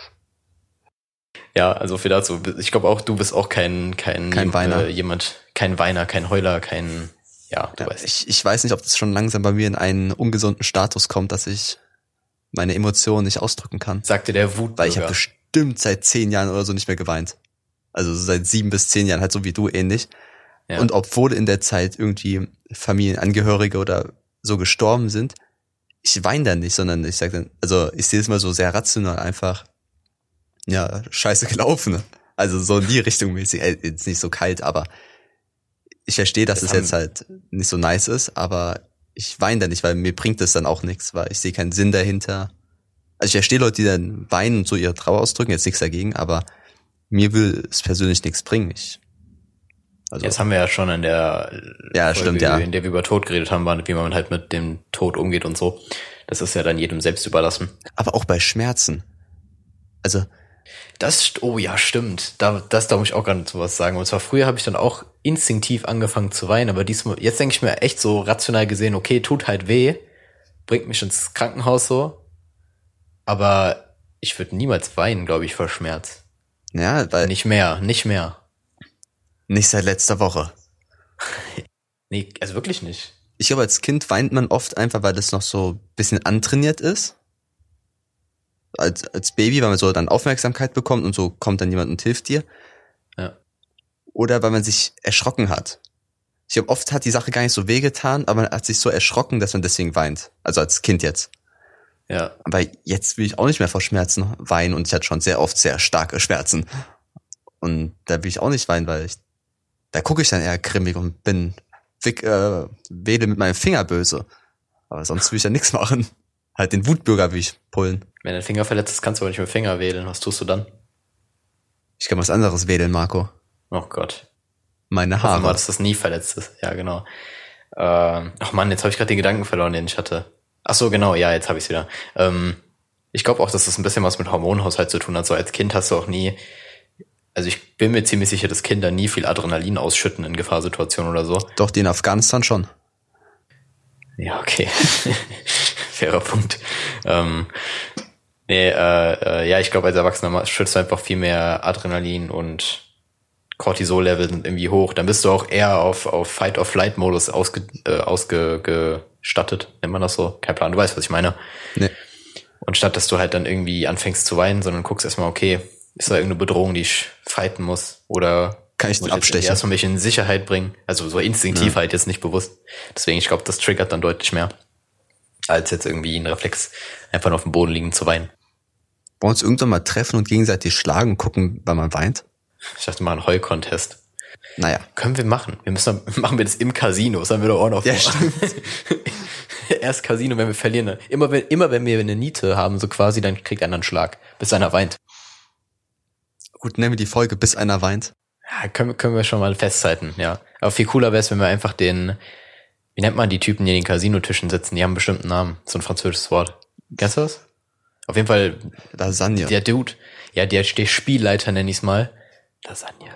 Ja, also für dazu, ich glaube auch, du bist auch kein, kein, Kein Weiner. Äh, jemand, kein Weiner, kein Heuler, kein, ja, du Ja, weißt. ich, ich weiß nicht, ob das schon langsam bei mir in einen ungesunden Status kommt, dass ich meine Emotionen nicht ausdrücken kann. Sagte der Wutbürger. Weil ich habe bestimmt seit zehn Jahren oder so nicht mehr geweint. Also so seit sieben bis zehn Jahren, halt so wie du ähnlich. Ja. Und obwohl in der Zeit irgendwie Familienangehörige oder so gestorben sind, ich weine dann nicht, sondern ich sage dann, also ich sehe es mal so sehr rational einfach, ja, scheiße gelaufen. Also so in die Richtung mäßig, äh, jetzt nicht so kalt, aber ich verstehe, dass Das es haben- jetzt halt nicht so nice ist, aber ich weine da nicht, weil mir bringt es dann auch nichts, weil ich sehe keinen Sinn dahinter. Also ich verstehe Leute, die dann weinen und so ihre Trauer ausdrücken, jetzt nichts dagegen, aber mir will es persönlich nichts bringen. Ich, also, Jetzt haben wir ja schon in der Ja, Folge, stimmt, ja. in der wir über Tod geredet haben, wie man halt mit dem Tod umgeht und so. Das ist ja dann jedem selbst überlassen. aber auch bei Schmerzen. Also, Das, st- oh ja, stimmt. Da, das, da muss ich auch gerade zu was sagen. Und zwar früher habe ich dann auch instinktiv angefangen zu weinen, aber diesmal, jetzt denke ich mir echt so rational gesehen, okay, tut halt weh, bringt mich ins Krankenhaus so, aber ich würde niemals weinen, glaube ich, vor Schmerz. ja, weil Nicht mehr, nicht mehr. nicht seit letzter Woche. Nee, also wirklich nicht. Ich glaube, als Kind weint man oft einfach, weil das noch so ein bisschen antrainiert ist. Als, als Baby, weil man so dann Aufmerksamkeit bekommt und so kommt dann jemand und hilft dir. Ja. oder weil man sich erschrocken hat. Ich glaube, oft hat die Sache gar nicht so wehgetan, aber man hat sich so erschrocken, dass man deswegen weint. Also als Kind jetzt. Ja. Aber jetzt will ich auch nicht mehr vor Schmerzen weinen und ich hatte schon sehr oft sehr starke Schmerzen. Und da will ich auch nicht weinen, weil ich, da gucke ich dann eher grimmig und bin, wick, äh, wedel mit meinem Finger böse. Aber sonst will ich ja nichts machen. Halt den Wutbürger will ich pullen. Wenn dein Finger verletzt ist, kannst du aber nicht mit dem Finger wedeln. Was tust du dann? Ich kann was anderes wedeln, Marco. Oh Gott. Meine Haare. Mal, dass das nie verletzt ist. Ja, genau. Ähm, ach Mann, jetzt habe ich gerade den Gedanken verloren, den ich hatte. Ach so, genau, ja, jetzt habe ich es wieder. Ähm, ich glaube auch, dass das ein bisschen was mit Hormonhaushalt zu tun hat. So als Kind hast du auch nie, also ich bin mir ziemlich sicher, dass Kinder nie viel Adrenalin ausschütten in Gefahrsituationen oder so. Doch, die in Afghanistan schon. Ja, okay. Fairer Punkt. Ähm, nee, äh, äh, ja, ich glaube, als Erwachsener schützt du einfach viel mehr Adrenalin und Cortisol-Level sind irgendwie hoch. Dann bist du auch eher auf, auf Fight-or-Flight-Modus ausge, äh, ausgestattet. Nennt man das so? Kein Plan, du weißt, was ich meine. Nee. Und statt, dass du halt dann irgendwie anfängst zu weinen, sondern guckst erstmal, okay, ist da irgendeine Bedrohung, die ich fighten muss? Oder kann ich den abstechen? Erstmal mich in Sicherheit bringen. Also so instinktiv ja. Halt jetzt nicht bewusst. Deswegen, ich glaube, das triggert dann deutlich mehr, als jetzt irgendwie ein Reflex, einfach nur auf dem Boden liegen zu weinen. Wollen wir uns irgendwann mal treffen und gegenseitig schlagen und gucken, weil man weint? Ich dachte mal, ein Heul-Contest. Naja. Können wir machen. Wir müssen, machen wir das im Casino. Das haben wir doch auch noch ja, vor. Erst Casino, wenn wir verlieren. Immer wenn, immer wenn wir eine Niete haben, so quasi, dann kriegt einer einen Schlag, bis einer weint. Gut, nennen wir die Folge, bis einer weint. Ja, können, können wir schon mal festhalten, ja. Aber viel cooler wäre es, wenn wir einfach den, wie nennt man die Typen, die in den Casinotischen sitzen? Die haben einen bestimmten Namen. So ein französisches Wort. Kennst du das? Auf jeden Fall. Lasagne. Der Dude. Ja, der, der Spielleiter nenn ich's mal. Lasagne.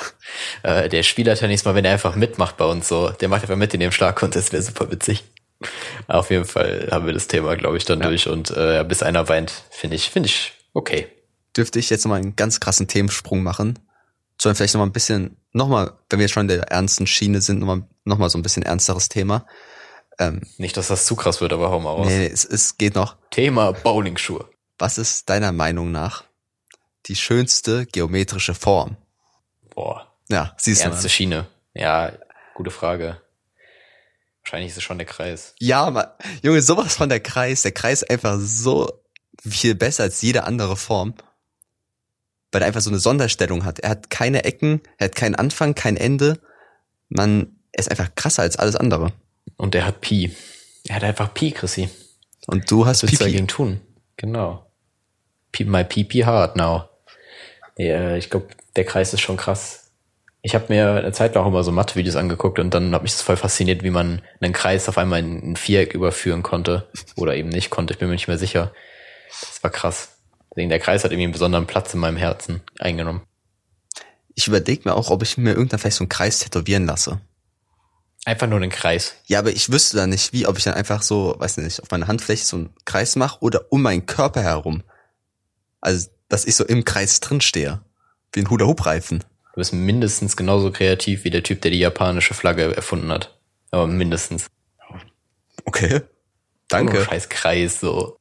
äh, der Spielleiter nächstes Mal, wenn er einfach mitmacht bei uns so, der macht einfach mit in dem Schlagcontest, wäre super witzig. Auf jeden Fall haben wir das Thema, glaube ich, dann ja. durch und äh, bis einer weint, finde ich, finde ich okay. Dürfte ich jetzt nochmal einen ganz krassen Themensprung machen? Sondern vielleicht nochmal ein bisschen, nochmal, wenn wir jetzt schon in der ernsten Schiene sind, nochmal noch mal so ein bisschen ernsteres Thema. Ähm, Nicht, dass das zu krass wird, aber hau mal raus. Nee, es, es geht noch. Thema Bowlingschuhe. Was ist deiner Meinung nach die schönste geometrische Form? Boah. Ja, siehst du mal. Ernste Schiene. Ja, gute Frage. Wahrscheinlich ist es schon der Kreis. Ja, ma, Junge, sowas von der Kreis. Der Kreis ist einfach so viel besser als jede andere Form. Weil er einfach so eine Sonderstellung hat. Er hat keine Ecken, er hat keinen Anfang, kein Ende. Man, er ist einfach krasser als alles andere. Und er hat Pi. Er hat einfach Pi, Chrissy. Und du hast Pi. Was willst du dagegen tun? Genau. Pi, my Pi, Pi hard now. Ja, ich glaube, der Kreis ist schon krass. Ich habe mir eine Zeit lang auch immer so Mathe-Videos angeguckt und dann hat mich das voll fasziniert, wie man einen Kreis auf einmal in ein Viereck überführen konnte. Oder eben nicht konnte, ich bin mir nicht mehr sicher. Das war krass. Deswegen, der Kreis hat irgendwie einen besonderen Platz in meinem Herzen eingenommen. Ich überlege mir auch, ob ich mir irgendwann vielleicht so einen Kreis tätowieren lasse. Einfach nur einen Kreis? Ja, aber ich wüsste dann nicht, wie, ob ich dann einfach so, weiß nicht, auf meiner Handfläche so einen Kreis mache oder um meinen Körper herum. Also, dass ich so im Kreis drin stehe. Wie ein Hula-Hoop-Reifen. Du bist mindestens genauso kreativ wie der Typ, der die japanische Flagge erfunden hat. Aber mindestens. Okay. Danke. Oh, scheiß Kreis, so.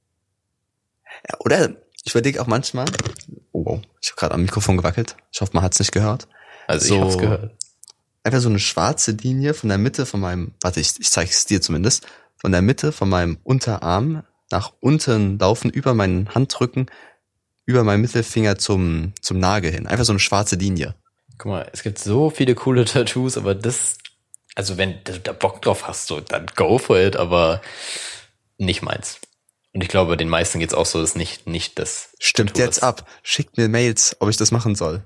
Ja, oder ich überlege auch manchmal, oh, ich habe gerade am Mikrofon gewackelt. Ich hoffe, man hat's nicht gehört. Also so, ich hab's gehört. Einfach so eine schwarze Linie von der Mitte von meinem, warte, ich, ich zeige es dir zumindest, von der Mitte von meinem Unterarm nach unten laufen, über meinen Handrücken, über meinen Mittelfinger zum zum Nagel hin. Einfach so eine schwarze Linie. Guck mal, es gibt so viele coole Tattoos, aber das, also wenn du da Bock drauf hast, so, dann go for it, aber nicht meins. Und ich glaube, den meisten geht's auch so, dass nicht, nicht das. Stimmt Tattoo jetzt ist. Ab. Schickt mir Mails, ob ich das machen soll.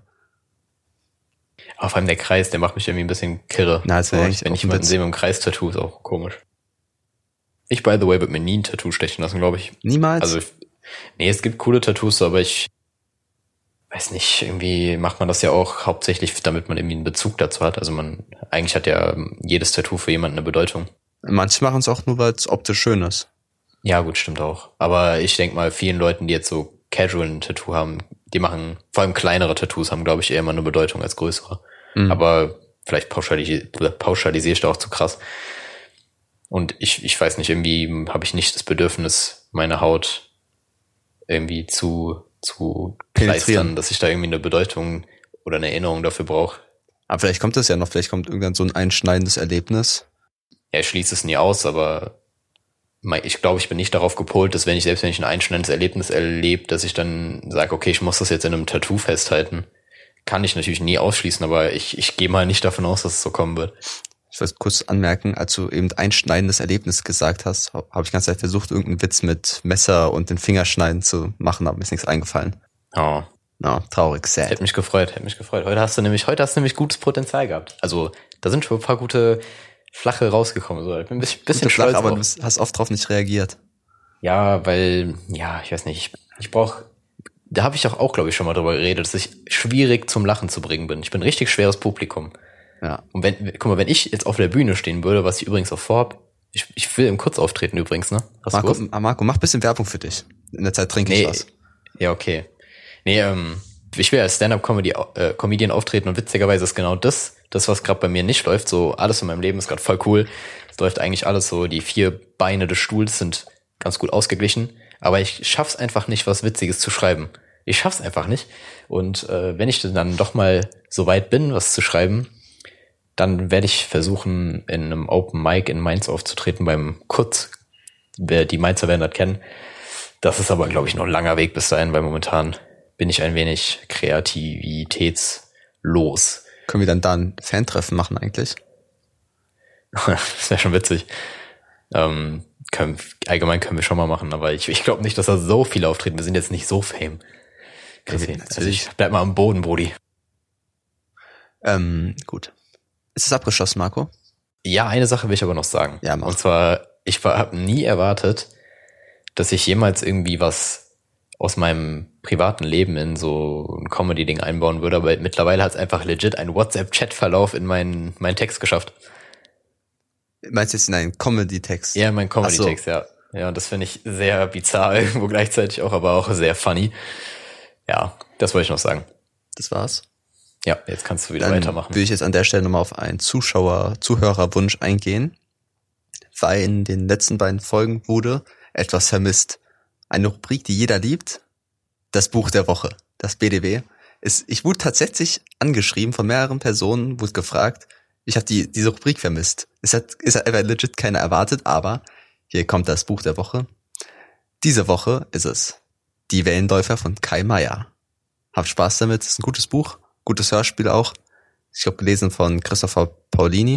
Vor allem der Kreis, der macht mich irgendwie ein bisschen kirre. Na, das wäre Wenn ich jemanden sehe mit einem Kreis-Tattoo, ist auch komisch. Ich, by the way, würde mir nie ein Tattoo stechen lassen, glaube ich. Niemals? Also, nee, es gibt coole Tattoos, aber ich weiß nicht, irgendwie macht man das ja auch hauptsächlich, damit man irgendwie einen Bezug dazu hat. Also man, eigentlich hat ja jedes Tattoo für jemanden eine Bedeutung. Manche machen es auch nur, weil es optisch schön ist. Ja, gut, stimmt auch. Aber ich denke mal, vielen Leuten, die jetzt so casual ein Tattoo haben, die machen, vor allem kleinere Tattoos haben, glaube ich, eher immer eine Bedeutung als größere. Mhm. Aber vielleicht pauschalisiere pauschalisiere ich da auch zu krass. Und ich, ich weiß nicht, irgendwie habe ich nicht das Bedürfnis, meine Haut irgendwie zu, zu kleistern, dass ich da irgendwie eine Bedeutung oder eine Erinnerung dafür brauche. Aber vielleicht kommt das ja noch, vielleicht kommt irgendwann so ein einschneidendes Erlebnis. Ja, ich schließe es nie aus, aber ich glaube, ich bin nicht darauf gepolt, dass wenn ich, selbst wenn ich ein einschneidendes Erlebnis erlebe, dass ich dann sage, okay, ich muss das jetzt in einem Tattoo festhalten. Kann ich natürlich nie ausschließen, aber ich, ich gehe mal nicht davon aus, dass es so kommen wird. Ich wollte kurz anmerken, als du eben einschneidendes Erlebnis gesagt hast, habe ich die ganze Zeit versucht, irgendeinen Witz mit Messer und den Fingerschneiden zu machen, aber mir ist nichts eingefallen. Oh. No, traurig, sad. Hätte mich gefreut, hätte mich gefreut. Heute hast du nämlich, heute hast du nämlich gutes Potenzial gehabt. Also, da sind schon ein paar gute Flache rausgekommen. So, ich bin ein bisschen, bisschen stolz, flach, aber du hast oft drauf nicht reagiert. Ja, weil, ja, ich weiß nicht, ich, ich brauche, da habe ich auch, auch glaube ich, schon mal drüber geredet, dass ich schwierig zum Lachen zu bringen bin. Ich bin ein richtig schweres Publikum. Ja. Und wenn, guck mal, wenn ich jetzt auf der Bühne stehen würde, was ich übrigens auch vorhab, ich, ich will im Kurzauftreten übrigens, ne? Hast Marco, Marco, mach ein bisschen Werbung für dich. In der Zeit trinke nee, ich was. Ja, okay. Nee, ähm, ich will als Stand-Up-Comedy, äh, Comedian auftreten und witzigerweise ist genau das, das, was gerade bei mir nicht läuft, so alles in meinem Leben ist gerade voll cool. Es läuft eigentlich alles so, die vier Beine des Stuhls sind ganz gut ausgeglichen, aber ich schaff's einfach nicht, was Witziges zu schreiben. Ich schaff's einfach nicht. Und äh, wenn ich dann doch mal so weit bin, was zu schreiben, dann werde ich versuchen, in einem Open Mic in Mainz aufzutreten beim Kutz. Wer die Mainzer werden das kennen. Das ist aber, glaube ich, noch ein langer Weg bis dahin, weil momentan bin ich ein wenig kreativitätslos. Können wir dann da ein Fan-Treffen machen eigentlich? Das wäre schon witzig. Ähm, können, allgemein können wir schon mal machen, aber ich, ich glaube nicht, dass da so viele auftreten. Wir sind jetzt nicht so fame. Okay, also ich bleib mal am Boden, Brudi. Ähm, gut. Ist es abgeschlossen, Marco? Ja, eine Sache will ich aber noch sagen. Ja, mach. Und zwar, ich habe nie erwartet, dass ich jemals irgendwie was aus meinem privaten Leben in so ein Comedy-Ding einbauen würde, aber mittlerweile hat es einfach legit einen WhatsApp-Chat-Verlauf in meinen, meinen Text geschafft. Meinst du jetzt in einen Comedy-Text? Ja, mein Comedy-Text, so. ja. Ja, und das finde ich sehr bizarr, irgendwo gleichzeitig auch, aber auch sehr funny. Ja, das wollte ich noch sagen. Das war's? Ja, jetzt kannst du wieder Dann weitermachen. Will ich jetzt an der Stelle nochmal auf einen Zuschauer, Zuhörerwunsch eingehen, weil in den letzten beiden Folgen wurde etwas vermisst. Eine Rubrik, die jeder liebt, das Buch der Woche, das B D W. Ist, ich wurde tatsächlich angeschrieben von mehreren Personen, wurde gefragt, ich habe die diese Rubrik vermisst. Es hat, es hat einfach legit keiner erwartet, aber hier kommt das Buch der Woche. Diese Woche ist es Die Wellenläufer von Kai Meier. Habt Spaß damit, ist ein gutes Buch, gutes Hörspiel auch. Ich glaube gelesen von Christopher Paolini.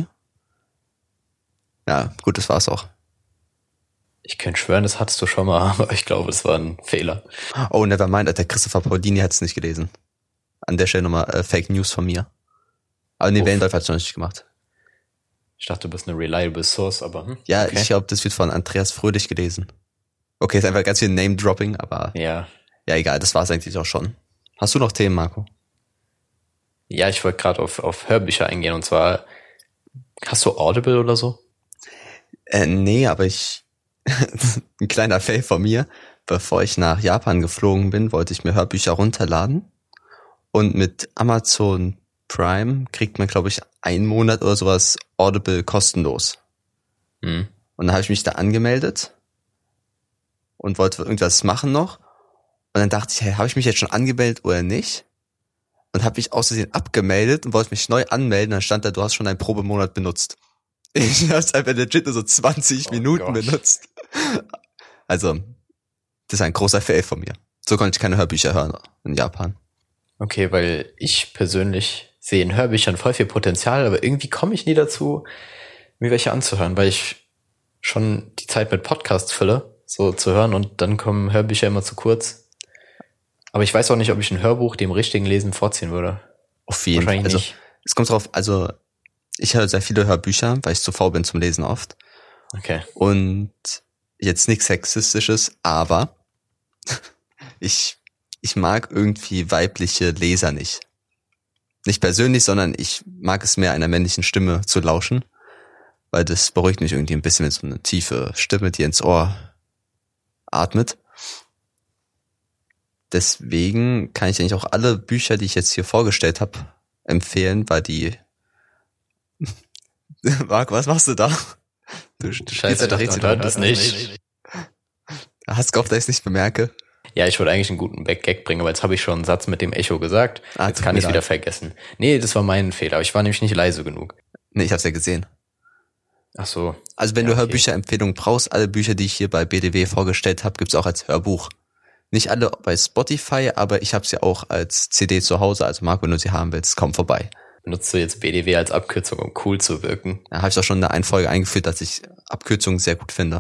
Ja, gut, das war's auch. Ich könnte schwören, das hattest du schon mal, aber ich glaube, es war ein Fehler. Oh, never mind, der Christopher Paolini hat es nicht gelesen. An der Stelle nochmal äh, Fake News von mir. Aber nee, Wellenläufer hat es noch nicht gemacht. Ich dachte, du bist eine reliable source, aber hm, Ja, okay. Ich glaube, das wird von Andreas Fröhlich gelesen. Okay, ist einfach ganz viel Name-Dropping, aber ja, ja, egal, das war's eigentlich auch schon. Hast du noch Themen, Marco? Ja, ich wollte gerade auf, auf Hörbücher eingehen und zwar, hast du Audible oder so? Äh, nee, aber ich, ein kleiner Fail von mir, bevor ich nach Japan geflogen bin, wollte ich mir Hörbücher runterladen und mit Amazon Prime kriegt man, glaube ich, einen Monat oder sowas Audible kostenlos. Hm. Und dann habe ich mich da angemeldet und wollte irgendwas machen noch und dann dachte ich, hey, habe ich mich jetzt schon angemeldet oder nicht? Und habe mich aus Versehen abgemeldet und wollte mich neu anmelden, dann stand da, du hast schon einen Probemonat benutzt. Ich habe es einfach legit nur so zwanzig oh Minuten Gott. benutzt. Also, das ist ein großer Fail von mir. So konnte ich keine Hörbücher hören in Japan. Okay, weil ich persönlich sehe in Hörbüchern voll viel Potenzial, aber irgendwie komme ich nie dazu, mir welche anzuhören, weil ich schon die Zeit mit Podcasts fülle, so zu hören und dann kommen Hörbücher immer zu kurz. Aber ich weiß auch nicht, ob ich ein Hörbuch dem richtigen Lesen vorziehen würde. Auf jeden Fall. Also, nicht. Es kommt drauf, also ich höre sehr viele Hörbücher, weil ich zu faul bin zum Lesen oft. Okay. Und jetzt nichts Sexistisches, aber ich, ich mag irgendwie weibliche Leser nicht. Nicht persönlich, sondern ich mag es mehr, einer männlichen Stimme zu lauschen, weil das beruhigt mich irgendwie ein bisschen, wenn so eine tiefe Stimme dir ins Ohr atmet. Deswegen kann ich eigentlich auch alle Bücher, die ich jetzt hier vorgestellt habe, empfehlen, weil die... Marc, was machst du da? Du, du Scheiße, da und hört das nicht. Hast du gehofft, dass ich es nicht bemerke? Ja, ich wollte eigentlich einen guten Back-Gag bringen, aber jetzt habe ich schon einen Satz mit dem Echo gesagt. Ah, jetzt kann ich es wieder vergessen. Nee, das war mein Fehler. Ich war nämlich nicht leise genug. Nee, ich hab's ja gesehen. Ach so. Also wenn Ja, du okay. Hörbücherempfehlungen brauchst, alle Bücher, die ich hier bei B D W vorgestellt habe, gibt's auch als Hörbuch. Nicht alle bei Spotify, aber ich hab's ja auch als C D zu Hause. Also Marc, wenn du sie haben willst, komm vorbei. Benutzt du jetzt B D W als Abkürzung, um cool zu wirken? Da habe ich auch schon in der einen Folge eingeführt, dass ich Abkürzungen sehr gut finde.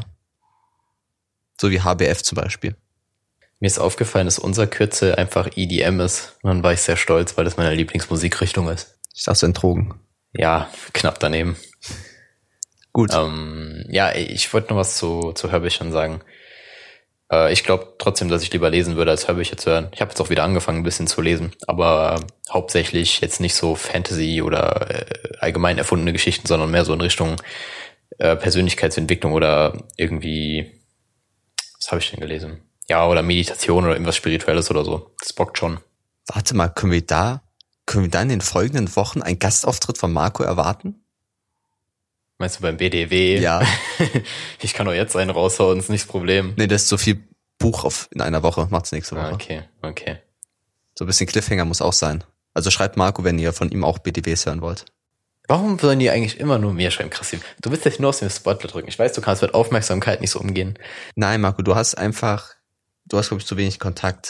So wie H B F zum Beispiel. Mir ist aufgefallen, dass unser Kürzel einfach E D M ist. Und dann war ich sehr stolz, weil das meine Lieblingsmusikrichtung ist. Ich dachte, so ein Drogen. Ja, knapp daneben. Gut. Ähm, ja, ich wollte noch was zu, zu Hörbüchern sagen. Äh, ich glaube trotzdem, dass ich lieber lesen würde, als Hörbücher zu hören. Ich habe jetzt auch wieder angefangen, ein bisschen zu lesen, aber äh, hauptsächlich jetzt nicht so Fantasy oder äh, allgemein erfundene Geschichten, sondern mehr so in Richtung äh, Persönlichkeitsentwicklung oder irgendwie, was habe ich denn gelesen? Ja, oder Meditation oder irgendwas Spirituelles oder so. Das bockt schon. Warte mal, können wir da, können wir da in den folgenden Wochen einen Gastauftritt von Marco erwarten? Meinst du beim B D W? Ja. Ich kann doch jetzt einen raushauen, ist nicht das Problem. Nee, das ist so viel Buch auf in einer Woche, macht's nächste Woche. Ah, okay, okay. So ein bisschen Cliffhanger muss auch sein. Also schreibt Marco, wenn ihr von ihm auch B D Ws hören wollt. Warum sollen die eigentlich immer nur mir schreiben, Christine? Du willst dich nur aus dem Spotlight drücken. Ich weiß, du kannst mit Aufmerksamkeit nicht so umgehen. Nein, Marco, du hast einfach, du hast, glaube ich, zu wenig Kontakt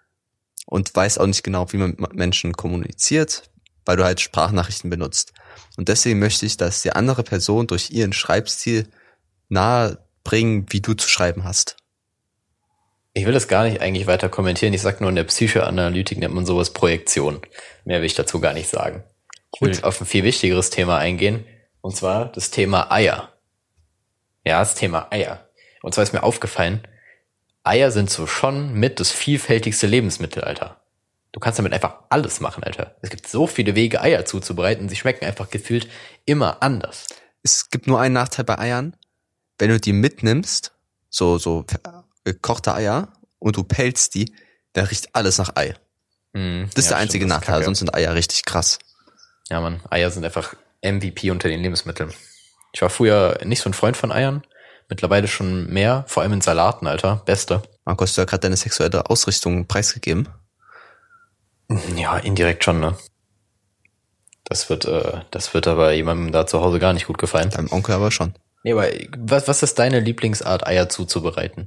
und weißt auch nicht genau, wie man mit Menschen kommuniziert, weil du halt Sprachnachrichten benutzt. Und deswegen möchte ich, dass die andere Person durch ihren Schreibstil nahe bringen, wie du zu schreiben hast. Ich will das gar nicht eigentlich weiter kommentieren. Ich sag nur, in der Psychoanalytik nennt man sowas Projektion. Mehr will ich dazu gar nicht sagen. Ich will auf ein viel wichtigeres Thema eingehen. Und zwar das Thema Eier. Ja, das Thema Eier. Und zwar ist mir aufgefallen, Eier sind so schon mit das vielfältigste Lebensmittel, Alter. Du kannst damit einfach alles machen, Alter. Es gibt so viele Wege, Eier zuzubereiten. Sie schmecken einfach gefühlt immer anders. Es gibt nur einen Nachteil bei Eiern. Wenn du die mitnimmst, so, so gekochte Eier, und du pelzt die, dann riecht alles nach Ei. Mm, Das ist ja, der einzige stimmt, das ist Nachteil, Kacke. sonst sind Eier richtig krass. Ja, Mann, Eier sind einfach M V P unter den Lebensmitteln. Ich war früher nicht so ein Freund von Eiern. Mittlerweile schon mehr, vor allem in Salaten, Alter. Beste. Marco, hast du ja gerade deine sexuelle Ausrichtung preisgegeben? Ja, indirekt schon, ne? Das wird, äh, das wird aber jemandem da zu Hause gar nicht gut gefallen. Deinem Onkel aber schon. Nee, aber was, was ist deine Lieblingsart, Eier zuzubereiten?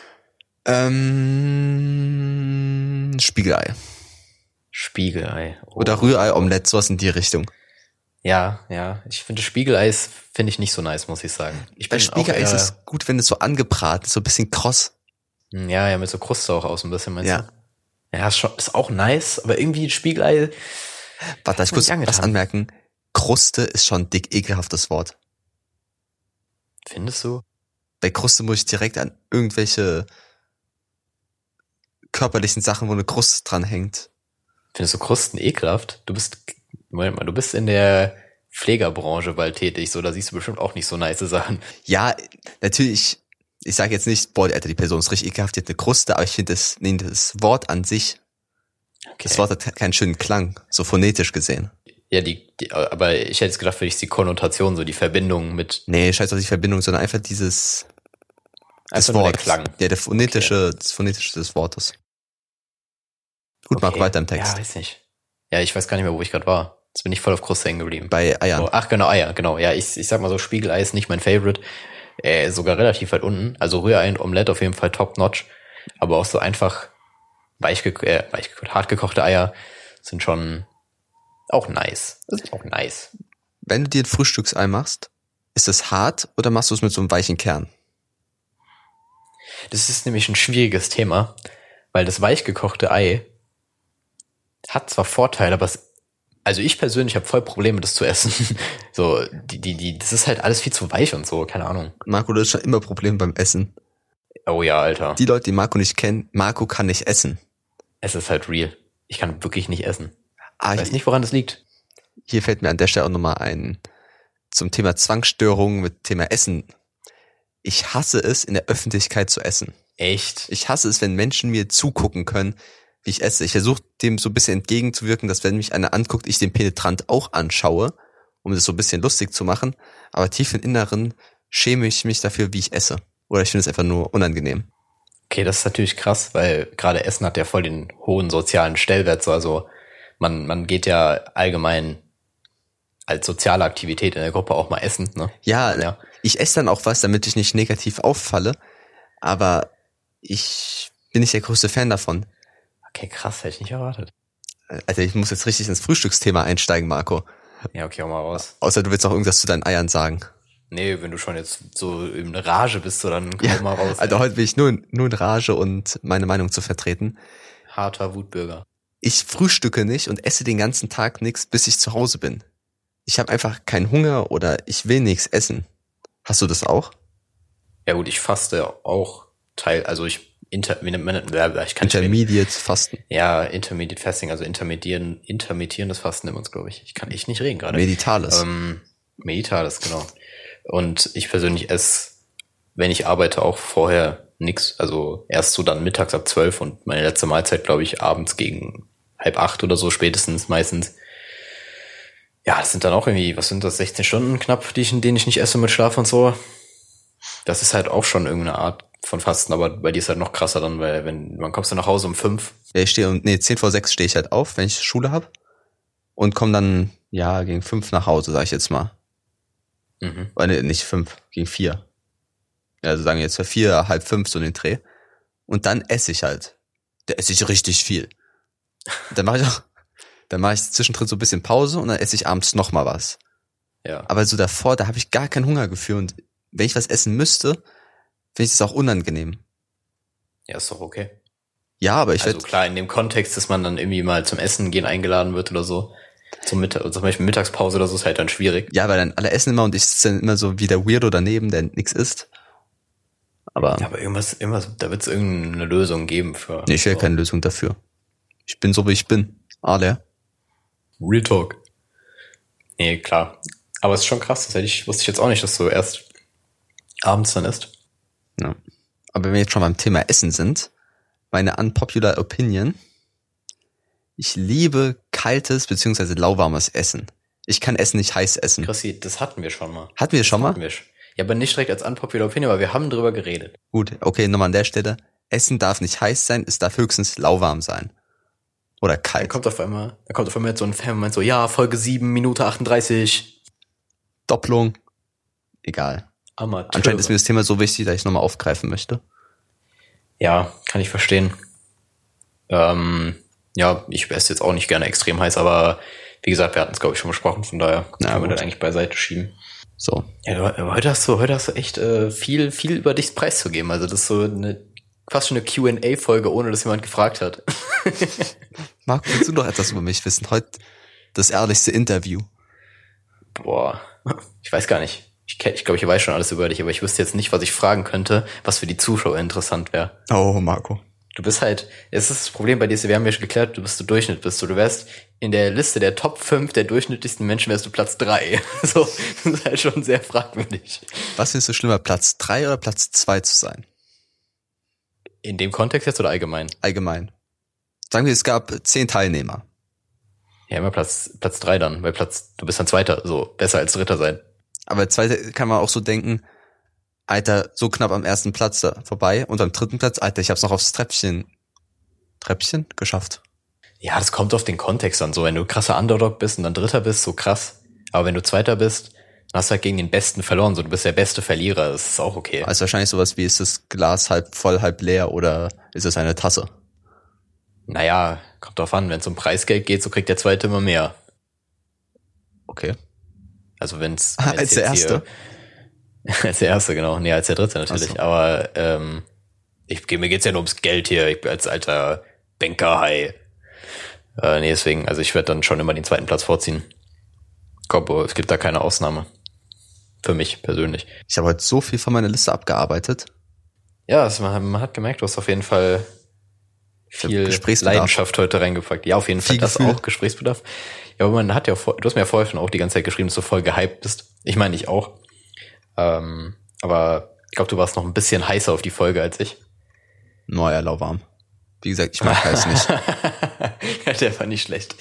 Ähm, Spiegelei. Spiegelei. Oh. Oder Rührei-Omelette, sowas in die Richtung. Ja, ja. Ich finde Spiegelei finde ich nicht so nice, muss ich sagen. Ich Bei bin Spiegelei auch ist eher, es gut, wenn es so angebraten ist, so ein bisschen kross. ja, ja, mit so Kruste auch aus ein bisschen, meinst Ja. du? Ja, ist, schon, ist auch nice, aber irgendwie Spiegelei. Warte, darf ich mir kurz nicht angetan. was anmerken? Kruste ist schon ein dick ekelhaftes Wort. Findest du? Bei Kruste muss ich direkt an irgendwelche körperlichen Sachen, wo eine Kruste dran hängt. Findest du Krusten ekelhaft? Du bist, Moment mal, du bist in der Pflegerbranche bald tätig, so, da siehst du bestimmt auch nicht so nice Sachen. Ja, natürlich, ich sage jetzt nicht, boah, Alter, die Person ist richtig ekelhaft, die hat eine Kruste, aber ich finde das, nee, das Wort an sich, Okay. das Wort hat keinen schönen Klang, so phonetisch gesehen. Ja, die, die, aber ich hätte jetzt gedacht, für dich ist die Konnotation, so die Verbindung mit, Nee, scheiß auf die Verbindung, sondern einfach dieses, das einfach nur Wort. der Klang. Ja, der phonetische, das phonetische des Wortes. Gut, Okay. Marco, weiter im Text. Ja, weiß nicht. Ja, ich weiß gar nicht mehr, wo ich gerade war. Jetzt bin ich voll auf Kruste hängen geblieben. Bei Eiern. So, ach, genau, Eier, genau. Ja, ich, ich sag mal so, Spiegelei ist nicht mein Favorite. Äh, sogar relativ weit unten. Also Rührei und Omelette auf jeden Fall top notch. Aber auch so einfach weich, ge äh, weich hart gekochte Eier sind schon auch nice. Das ist auch nice. Wenn du dir ein Frühstücksei machst, ist es hart oder machst du es mit so einem weichen Kern? Das ist nämlich ein schwieriges Thema, weil das weich gekochte Ei hat zwar Vorteile, aber es, also ich persönlich habe voll Probleme, das zu essen. So, die, die, die, das ist halt alles viel zu weich und so, keine Ahnung. Marco, das ist schon immer ein Problem beim Essen. Oh ja, Alter. Die Leute, die Marco nicht kennen, Marco kann nicht essen. Es ist halt real. Ich kann wirklich nicht essen. Ah, Ich weiß nicht, woran das liegt. Hier fällt mir an der Stelle auch nochmal ein zum Thema Zwangsstörungen mit Thema Essen. Ich hasse es, in der Öffentlichkeit zu essen. Echt? Ich hasse es, wenn Menschen mir zugucken können, wie ich esse. Ich versuche dem so ein bisschen entgegenzuwirken, dass wenn mich einer anguckt, ich den penetrant auch anschaue, um das so ein bisschen lustig zu machen. Aber tief im Inneren schäme ich mich dafür, wie ich esse. Oder ich finde es einfach nur unangenehm. Okay, das ist natürlich krass, weil gerade Essen hat ja voll den hohen sozialen Stellwert. So. Also man man geht ja allgemein als soziale Aktivität in der Gruppe auch mal essen. Ne? Ja, ja, ich esse dann auch was, damit ich nicht negativ auffalle, aber ich bin nicht der größte Fan davon. Okay, krass, hätte ich nicht erwartet. Also ich muss jetzt richtig ins Frühstücksthema einsteigen, Marco. Ja, okay, hau mal raus. Außer du willst noch irgendwas zu deinen Eiern sagen. Nee, wenn du schon jetzt so in Rage bist, so dann komm Ja, mal raus. also ey. heute bin ich nur, nur in Rage und meine Meinung zu vertreten. Harter Wutbürger. Ich frühstücke nicht und esse den ganzen Tag nichts, bis ich zu Hause bin. Ich habe einfach keinen Hunger oder ich will nichts essen. Hast du das auch? Ja gut, ich faste auch Teil, also ich inter, wie nennt man das? Ich kann nicht reden. Intermediate Fasten. Ja, Intermediate Fasting, also intermedieren, intermittierendes Fasten nennen wir uns, glaube ich. Ich kann echt nicht reden gerade. Meditales. Ähm, Meditales, genau. Und ich persönlich esse, wenn ich arbeite, auch vorher nix. Also erst so dann mittags ab zwölf und meine letzte Mahlzeit, glaube ich, abends gegen halb acht oder so spätestens meistens. Ja, das sind dann auch irgendwie, was sind das, sechzehn Stunden knapp, die ich, in denen ich nicht esse mit Schlaf und so. Das ist halt auch schon irgendeine Art von Fasten, aber bei dir ist halt noch krasser dann, weil wenn, man kommst du nach Hause um fünf. Ja, ich stehe um, nee, zehn vor sechs stehe ich halt auf, wenn ich Schule hab und komme dann, ja, gegen fünf nach Hause, sag ich jetzt mal. Mhm. Oder nee, nicht fünf, gegen vier. Ja, also sagen wir jetzt für vier, halb fünf so den Dreh. Und dann esse ich halt. Da esse ich richtig viel. Dann mache ich auch, dann mache ich zwischendrin so ein bisschen Pause und dann esse ich abends noch mal was. Ja. Aber so davor, da habe ich gar kein Hungergefühl und wenn ich was essen müsste, finde ich das auch unangenehm. Ja, ist doch okay. Ja, aber ich Also werd, klar, in dem Kontext, dass man dann irgendwie mal zum Essen gehen eingeladen wird oder so, zum Mittag, zum Beispiel Mittagspause oder so, ist halt dann schwierig. ja, weil dann alle essen immer und ich sitze dann immer so wie der Weirdo daneben, der nichts isst. Aber Ja, aber irgendwas, irgendwas, da wird es irgendeine Lösung geben für. nee, ich will so. keine Lösung dafür. Ich bin so, wie ich bin. Ale. Real Talk. Nee, klar. Aber es ist schon krass, das hätte ich, wusste ich jetzt auch nicht, dass du erst abends dann isst. Ja. Aber wenn wir jetzt schon beim Thema Essen sind, meine unpopular Opinion, ich liebe kaltes bzw. lauwarmes Essen. Ich kann Essen nicht heiß essen. Chrissy, das hatten wir schon mal. Hatten wir schon mal? Hatten wir schon. Ja, aber nicht direkt als unpopular Opinion, aber wir haben drüber geredet. Gut, okay, nochmal an der Stelle. Essen darf nicht heiß sein, es darf höchstens lauwarm sein. Oder Dann kalt. kommt auf einmal, dann kommt auf einmal jetzt so ein Fan und meint so, ja, Folge sieben, Minute achtunddreißig. Doppelung. Egal. Amateur. Anscheinend ist mir das Thema so wichtig, dass ich nochmal aufgreifen möchte. Ja, kann ich verstehen. Ähm, ja, ich esse jetzt auch nicht gerne extrem heiß, aber wie gesagt, wir hatten es, glaube ich, schon besprochen, von daher Na können wir gut. das eigentlich beiseite schieben. So. Ja, du, aber heute hast du, heute hast du echt äh, viel, viel über dich preiszugeben. Also das ist so eine fast schon eine Q and A-Folge, ohne dass jemand gefragt hat. Marco, willst du noch etwas über mich wissen? Heute das ehrlichste Interview. Boah, ich weiß gar nicht. Ich glaube, ich, glaub, ich weiß schon alles über dich, aber ich wüsste jetzt nicht, was ich fragen könnte, was für die Zuschauer interessant wäre. Oh, Marco. Du bist halt, es ist das Problem bei dir, wir haben ja schon geklärt, du bist du Durchschnitt bist du. Du wärst in der Liste der Top fünf der durchschnittlichsten Menschen wärst du Platz drei. So, das ist halt schon sehr fragwürdig. Was findest du schlimmer, Platz drei oder Platz zwei zu sein? In dem Kontext jetzt oder allgemein? Allgemein. Sagen wir, es gab zehn Teilnehmer. Ja, immer Platz, Platz drei dann, weil Platz, du bist dann Zweiter, so, besser als Dritter sein. Aber zweite kann man auch so denken, Alter, so knapp am ersten Platz da vorbei und am dritten Platz, Alter, ich hab's noch aufs Treppchen, Treppchen geschafft. Ja, das kommt auf den Kontext an, so, wenn du krasser Underdog bist und dann Dritter bist, so krass. Aber wenn du Zweiter bist, dann hast du halt gegen den Besten verloren, so, du bist der beste Verlierer, das ist auch okay. Also wahrscheinlich sowas wie, ist das Glas halb voll, halb leer oder ist es eine Tasse? Naja, kommt drauf an, wenn es um Preisgeld geht, so kriegt der Zweite immer mehr. Okay. Also wenn's, Ah, wenn's als der jetzt Erste? Hier, als der Erste, genau. Nee, als der Dritte natürlich. Ach so. Aber ähm, ich, mir geht's ja nur ums Geld hier. Ich bin als alter Banker-Hai. Äh, nee, deswegen, also ich werde dann schon immer den zweiten Platz vorziehen. Ich glaube, es gibt da keine Ausnahme. Für mich persönlich. Ich habe heute so viel von meiner Liste abgearbeitet. Ja, also man, man hat gemerkt, du hast auf jeden Fall viel Gesprächsbedarf. Leidenschaft heute reingepackt. Ja, auf jeden Fall Viel das Gefühl. auch, Gesprächsbedarf. Ja, aber man hat ja, vor, du hast mir ja vorher schon auch die ganze Zeit geschrieben, dass du voll gehypt bist. Ich meine, ich auch. Ähm, aber ich glaube, du warst noch ein bisschen heißer auf die Folge als ich. Naja, lauwarm. Wie gesagt, ich mag heiß nicht. Ja, der war nicht schlecht.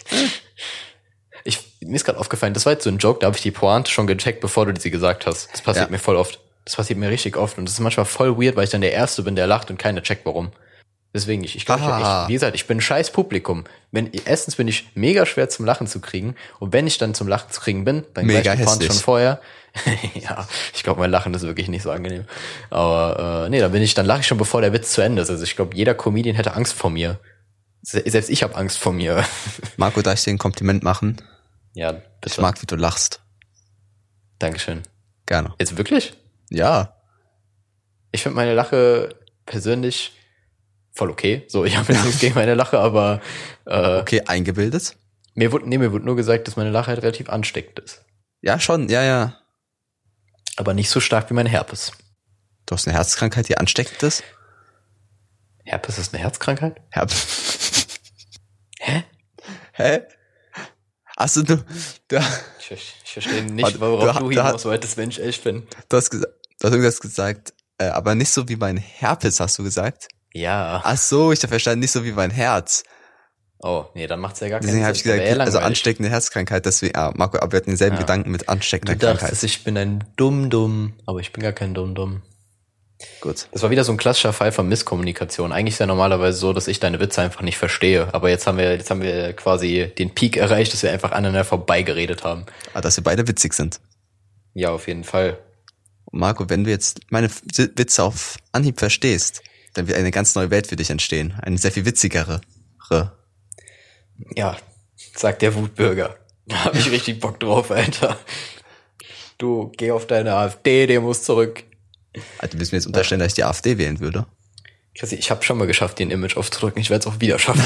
Ich, mir ist gerade aufgefallen, das war jetzt so ein Joke, da habe ich die Pointe schon gecheckt, bevor du sie gesagt hast. Das passiert Ja. mir voll oft. Das passiert mir richtig oft und das ist manchmal voll weird, weil ich dann der Erste bin, der lacht und keiner checkt, warum. Deswegen, ich, ich glaube, Ah. wie gesagt, ich bin ein scheiß Publikum. Wenn, erstens bin ich mega schwer zum Lachen zu kriegen und wenn ich dann zum Lachen zu kriegen bin, dann Mega gleich gefahren hässlich. schon vorher. Ja, ich glaube, mein Lachen ist wirklich nicht so angenehm. Aber äh, nee, dann bin ich, dann lache ich schon, bevor der Witz zu Ende ist. Also ich glaube, jeder Comedian hätte Angst vor mir. Se- Selbst ich habe Angst vor mir. Marco, darf ich dir ein Kompliment machen? Ja, Ich bitte. mag, wie du lachst. Dankeschön. Gerne. Jetzt wirklich? Ja. Ich finde meine Lache persönlich voll okay. So, ich habe jetzt nichts gegen meine Lache, aber äh, Okay, eingebildet? mir wurde, nee, mir wurde nur gesagt, dass meine Lache halt relativ ansteckend ist. Ja, schon, ja, ja. Aber nicht so stark wie mein Herpes. Du hast eine Herzkrankheit, die ansteckend ist? Herpes ist eine Herzkrankheit? Herp. Hä? Hä? Achso, du, du, Ich, ver- ich verstehe nicht, Warte, worauf du- du du- hinaus wolltest, wenn ich echt bin. du hast gesagt, du hast irgendwas gesagt, äh, aber nicht so wie mein Herpes, hast du gesagt? Ja. Ach so, ich habe verstanden, nicht so wie mein Herz. Oh, nee, dann macht's ja gar keinen Deswegen habe ich Sinn. Das gesagt, wär also langweilig. ansteckende Herzkrankheit, deswegen, ah, Marco, aber wir hatten denselben Ja. Gedanken mit Du ansteckender Krankheit. dachtest, ich bin ein Dumm-Dumm, aber ich bin gar kein Dumm-Dumm. Gut. Das war wieder so ein klassischer Fall von Misskommunikation. Eigentlich ist ja normalerweise so, dass ich deine Witze einfach nicht verstehe. Aber jetzt haben wir, jetzt haben wir quasi den Peak erreicht, dass wir einfach aneinander vorbeigeredet haben. Ah, dass wir beide witzig sind. Ja, auf jeden Fall. Und Marco, wenn du jetzt meine F- Witze auf Anhieb verstehst, dann wird eine ganz neue Welt für dich entstehen. Eine sehr viel witzigere. Ja, sagt der Wutbürger. Da hab ich richtig Bock drauf, Alter. Du, geh auf deine AfD-Demos zurück. Also, du willst mir jetzt unterstellen, dass ich die AfD wählen würde? Chrissy, ich habe schon mal geschafft, den Image aufzudrücken. Ich werde es auch wieder schaffen.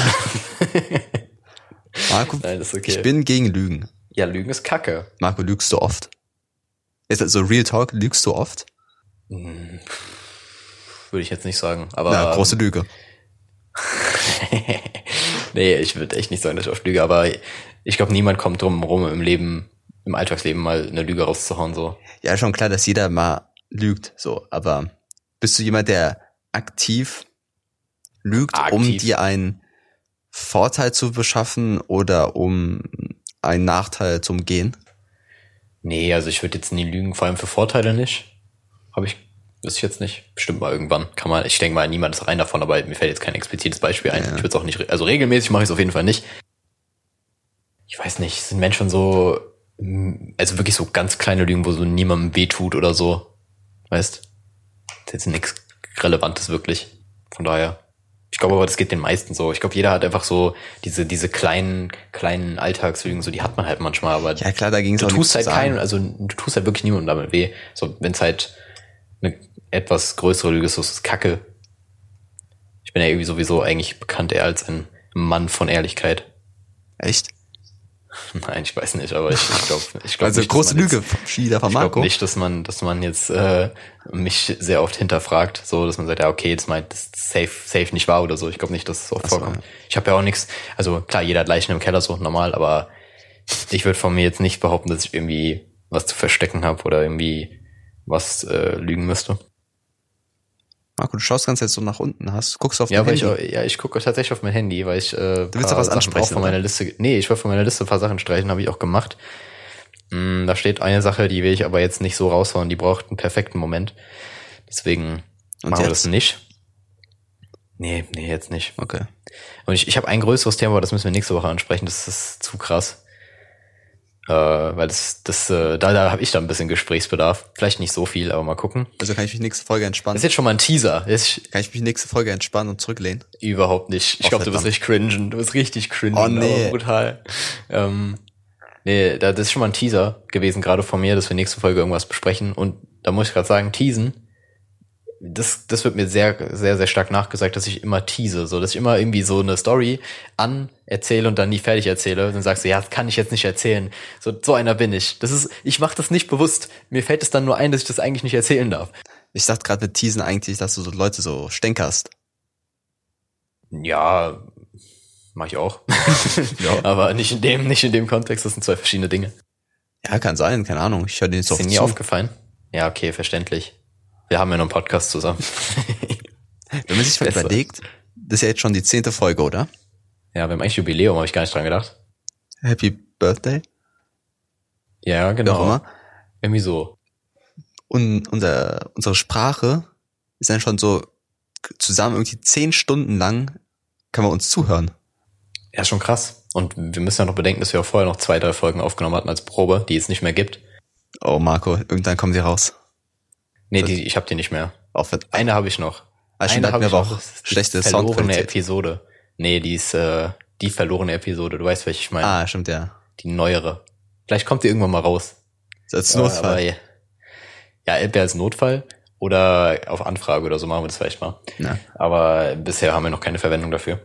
Marco, Nein, das ist okay. ich bin gegen Lügen. Ja, Lügen ist Kacke. Marco, lügst du oft? Ist das so Real Talk, lügst du oft? Hm, würde ich jetzt nicht sagen. Aber Na, große Lüge. nee, ich würde echt nicht sagen, dass ich oft lüge. Aber ich glaube, niemand kommt drum rum im Leben, im Alltagsleben mal eine Lüge rauszuhauen. So. Ja, schon klar, dass jeder mal lügt, so. Aber bist du jemand, der aktiv lügt, um Aktiv. dir einen Vorteil zu beschaffen oder um einen Nachteil zu umgehen? Nee, also ich würde jetzt nie lügen, vor allem für Vorteile nicht. Habe ich, wüsste ich jetzt nicht. Bestimmt mal irgendwann. Kann man, ich denke mal, niemand ist rein davon, aber mir fällt jetzt kein explizites Beispiel ein. Ja. Ich würde es auch nicht, re- also regelmäßig mache ich es auf jeden Fall nicht. Ich weiß nicht, sind Menschen so, mm, also wirklich so ganz kleine Lügen, wo so niemandem wehtut oder so. Weißt? Das ist jetzt nichts Relevantes wirklich. Von daher. Ich glaube aber, das geht den meisten so. Ich glaube, jeder hat einfach so diese, diese kleinen, kleinen Alltagslügen, so die hat man halt manchmal, aber Ja, klar, da ging es du auch tust nichts halt zu sagen. keinen, also du tust halt wirklich niemandem damit weh. So, wenn es halt eine etwas größere Lüge ist, so ist es Kacke. Ich bin ja irgendwie sowieso eigentlich bekannt eher als ein Mann von Ehrlichkeit. Echt? Nein, ich weiß nicht, aber ich, ich glaube, ich glaube Also nicht, dass große man jetzt- Lüge vom Schieder von Ich glaube Marco. nicht, dass man, dass man jetzt äh, mich sehr oft hinterfragt, so dass man sagt, ja okay, jetzt meint das ist safe, safe nicht wahr oder so. Ich glaube nicht, dass es so oft Ach so, vorkommt. ja. Ich habe ja auch nichts, also klar, jeder hat Leichen im Keller, so normal, aber ich würde von mir jetzt nicht behaupten, dass ich irgendwie was zu verstecken habe oder irgendwie was äh, lügen müsste. Marco, du schaust ganz jetzt so nach unten, hast, guckst auf Ja, dein weil ich, Handy. auch- ja, ich gucke tatsächlich auf mein Handy, weil ich äh, du willst doch was ansprechen, von meiner oder? Liste. Nee, ich will von meiner Liste ein paar Sachen streichen, habe ich auch gemacht. Mm, da steht eine Sache, die will ich aber jetzt nicht so raushauen, die braucht einen perfekten Moment. Deswegen Und machen wir jetzt? das nicht. Nee, nee, jetzt nicht. Okay. Und ich, ich habe ein größeres Thema, aber das müssen wir nächste Woche ansprechen, das ist zu krass. Äh, weil das, das, äh, da, da habe ich da ein bisschen Gesprächsbedarf. Vielleicht nicht so viel, aber mal gucken. Also kann ich mich nächste Folge Das entspannen? ist jetzt schon mal ein Teaser. Das ist Kann ich mich nächste Folge entspannen und zurücklehnen? überhaupt nicht. Ich Oh, glaube, du wirst verdammt. richtig cringen. Du wirst richtig cringen, Oh, nee. aber brutal. Ähm, nee, da- das ist schon mal ein Teaser gewesen, gerade von mir, dass wir nächste Folge irgendwas besprechen. Und da muss ich gerade sagen, teasen, das, das wird mir sehr, sehr, sehr stark nachgesagt, dass ich immer tease, so, dass ich immer irgendwie so eine Story an erzähle und dann nie fertig erzähle. Dann sagst du, ja, das kann ich jetzt nicht erzählen. So, so einer bin ich. Das ist, ich mache das nicht bewusst. Mir fällt es dann nur ein, dass ich das eigentlich nicht erzählen darf. Ich dachte gerade mit Teasen eigentlich, dass du so Leute so stänkerst. Ja, mache ich auch. Ja. Aber nicht in dem, nicht in dem Kontext. Das sind zwei verschiedene Dinge. Ja, kann sein, keine Ahnung. Ich höre den jetzt Ist oft dir nie zu. aufgefallen? Ja, okay, verständlich. Wir haben ja noch einen Podcast zusammen. Wenn man sich mal Besser. überlegt, das ist ja jetzt schon die zehnte Folge, oder? Ja, wir haben eigentlich Jubiläum, habe ich gar nicht dran gedacht. Happy Birthday? Ja, Wie auch genau. immer. Irgendwie so. Und unser, unsere Sprache ist dann schon so zusammen irgendwie zehn Stunden lang können wir uns zuhören. Ja, schon krass. Und wir müssen ja noch bedenken, dass wir auch vorher noch zwei, drei Folgen aufgenommen hatten als Probe, die es nicht mehr gibt. Oh, Marco, irgendwann kommen die raus. Nee, die, ich hab die nicht mehr. Auch für, Eine habe ich noch. Also Eine habe ich aber auch schlechte verlorene Soundqualität. Episode. Nee, die ist äh, die verlorene Episode. Du weißt, welche ich meine. Ah, stimmt, ja. Die neuere. Vielleicht kommt die irgendwann mal raus. Das ist Notfall. Äh, aber, ja, entweder als Notfall oder auf Anfrage oder so machen wir das vielleicht mal. Ja. Aber bisher haben wir noch keine Verwendung dafür.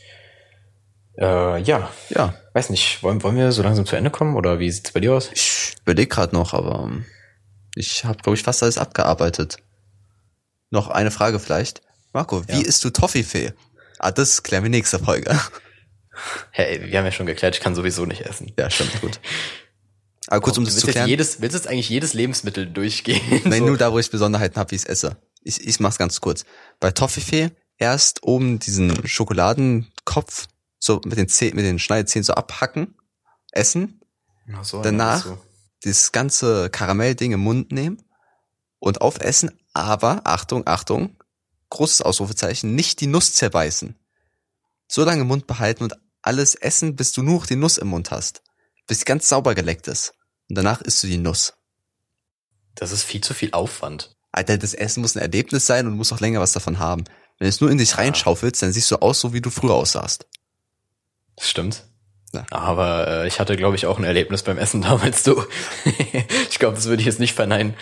Äh, ja. Ja. Weiß nicht, wollen, wollen wir so langsam zu Ende kommen oder wie sieht's bei dir aus? Ich überlege gerade noch, aber ich habe, glaube ich, fast alles abgearbeitet. Noch eine Frage vielleicht. Marco, wie Ja. isst du Toffifee? Ah, das klären wir nächste Folge. Hey, wir haben ja schon geklärt, ich kann sowieso nicht essen. Ja, stimmt, gut. Aber kurz, um Du das willst zu jetzt klären. jedes, willst jetzt eigentlich jedes Lebensmittel durchgehen? Nein, so. nur da, wo ich Besonderheiten habe, wie ich es esse. Ich, ich mach's ganz kurz. Bei Toffifee erst oben diesen Schokoladenkopf so mit den Zäh- mit den Schneidezähnen so abhacken, essen, Ach so, danach so. dieses ganze Karamellding im Mund nehmen und aufessen, aber, Achtung, Achtung, großes Ausrufezeichen, nicht die Nuss zerbeißen. So lange im Mund behalten und alles essen, bis du nur noch die Nuss im Mund hast. Bis sie ganz sauber geleckt ist. Und danach isst du die Nuss. Das ist viel zu viel Aufwand. Alter, das Essen muss ein Erlebnis sein und du musst auch länger was davon haben. Wenn du es nur in dich reinschaufelst, dann siehst du aus, so wie du früher aussahst. Das stimmt. Ja. Aber äh, ich hatte, glaube ich, auch ein Erlebnis beim Essen damals, du. Ich glaube, das würde ich jetzt nicht verneinen.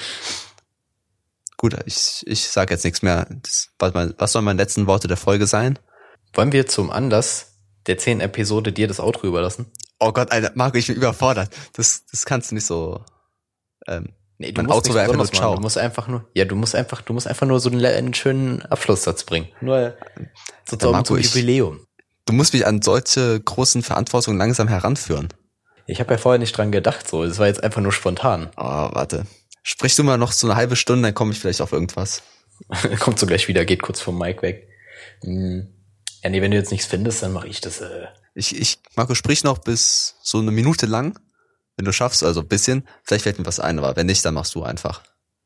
Gut, ich, ich sag jetzt nichts mehr. Das, warte mal, was sollen meine letzten Worte der Folge sein? Wollen wir zum Anlass der zehnten Episode dir das Outro überlassen? Oh Gott, Alter, Marco, ich bin überfordert. Das, das kannst du nicht so. Ähm, Nee, du mein musst Outro nichts wäre einfach nur Besonderes machen. Ciao. Du musst einfach nur, ja, du musst einfach, du musst einfach nur so einen, einen schönen Abschlusssatz bringen. Nur sozusagen Marco, zum ich- Jubiläum. Du musst mich an solche großen Verantwortungen langsam heranführen. Ich habe ja vorher nicht dran gedacht, so. Das war jetzt einfach nur spontan. Oh, warte. Sprich du mal noch so eine halbe Stunde, dann komme ich vielleicht auf irgendwas. Kommt so gleich wieder, geht kurz vom Mic weg. Hm. Ja, nee, wenn du jetzt nichts findest, dann mache ich das. Äh. Ich, ich, Marco, sprich noch bis so eine Minute lang, wenn du schaffst, also ein bisschen. Vielleicht fällt mir was ein, aber wenn nicht, dann machst du einfach.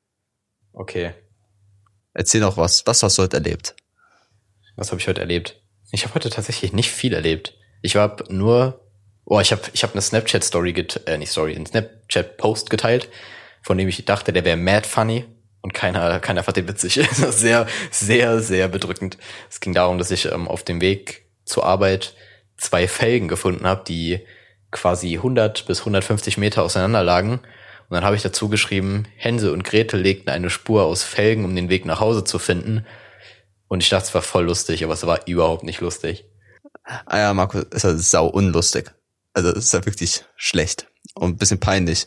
Okay. Erzähl noch was, was hast du heute erlebt? Was habe ich heute erlebt? Ich habe heute tatsächlich nicht viel erlebt. Ich war nur, oh, ich habe ich hab eine Snapchat-Story, get, äh, nicht Story, einen Snapchat-Post geteilt, von dem ich dachte, der wäre mad funny und keiner, keiner fand den witzig. Das war sehr, sehr, sehr bedrückend. Es ging darum, dass ich ähm, auf dem Weg zur Arbeit zwei Felgen gefunden habe, die quasi hundert bis hundertfünfzig Meter auseinander lagen. Und dann habe ich dazu geschrieben, Hänsel und Gretel legten eine Spur aus Felgen, um den Weg nach Hause zu finden. Und ich dachte, es war voll lustig, aber es war überhaupt nicht lustig. Ah ja, Marco, ist ja sau unlustig. Also, es ist ja wirklich schlecht und ein bisschen peinlich.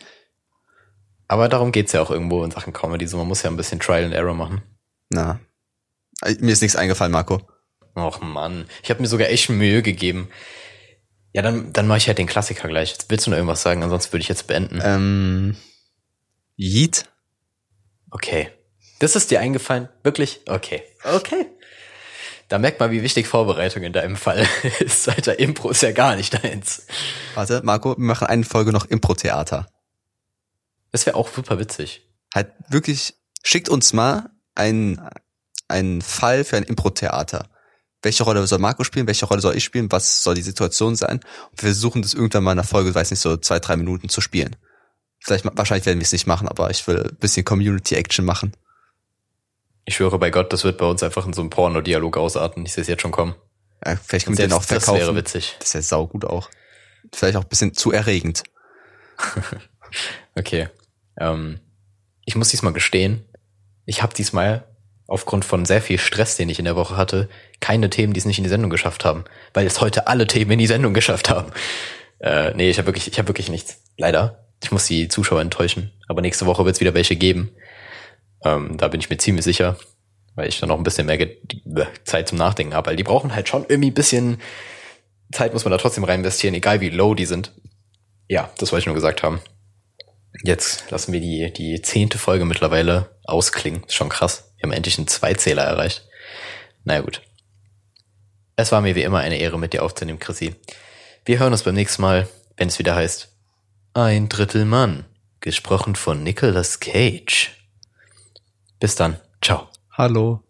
Aber darum geht's ja auch irgendwo in Sachen Comedy. So, man muss ja ein bisschen Trial and Error machen. Na, mir ist nichts eingefallen, Marco. Och Mann, ich habe mir sogar echt Mühe gegeben. Ja, dann dann mache ich halt den Klassiker gleich. Willst du noch irgendwas sagen? Ansonsten würde ich jetzt beenden. Ähm, Yeet? Okay. Das ist dir eingefallen? Wirklich? Okay. Okay. Da merkt man, wie wichtig Vorbereitung in deinem Fall ist. Alter, Impro ist ja gar nicht deins. Warte, Marco, wir machen eine Folge noch Impro-Theater. Das wäre auch super witzig. Halt wirklich, schickt uns mal einen, einen Fall für ein Impro-Theater. Welche Rolle soll Marco spielen? Welche Rolle soll ich spielen? Was soll die Situation sein? Und wir versuchen das irgendwann mal in der Folge, weiß nicht, so zwei, drei Minuten zu spielen. Vielleicht, wahrscheinlich werden wir es nicht machen, aber ich will ein bisschen Community-Action machen. Ich schwöre bei Gott, das wird bei uns einfach in so einem Porno-Dialog ausarten. Ich sehe es jetzt schon kommen. Ja, vielleicht können Und wir den auch selbst das verkaufen. wäre witzig. Das ist ja saugut auch. Vielleicht auch ein bisschen zu erregend. Okay. Ähm, ich muss diesmal gestehen, ich habe diesmal aufgrund von sehr viel Stress, den ich in der Woche hatte, keine Themen, die es nicht in die Sendung geschafft haben. Weil es heute alle Themen in die Sendung geschafft haben. Äh, nee, ich habe wirklich, ich habe wirklich nichts. Leider. Ich muss die Zuschauer enttäuschen. Aber nächste Woche wird es wieder welche geben. Ähm, da bin ich mir ziemlich sicher, weil ich dann noch ein bisschen mehr Ge- Zeit zum Nachdenken habe. Weil die brauchen halt schon irgendwie ein bisschen Zeit, muss man da trotzdem rein investieren, egal wie low die sind. Ja, das wollte ich nur gesagt haben. Jetzt lassen wir die die zehnte Folge mittlerweile ausklingen. Ist schon krass. Wir haben endlich einen Zweizähler erreicht. Na gut. Es war mir wie immer eine Ehre, mit dir aufzunehmen, Chrissy. Wir hören uns beim nächsten Mal, wenn es wieder heißt Ein Drittel Mann, gesprochen von Nicolas Cage. Bis dann. Ciao. Hallo.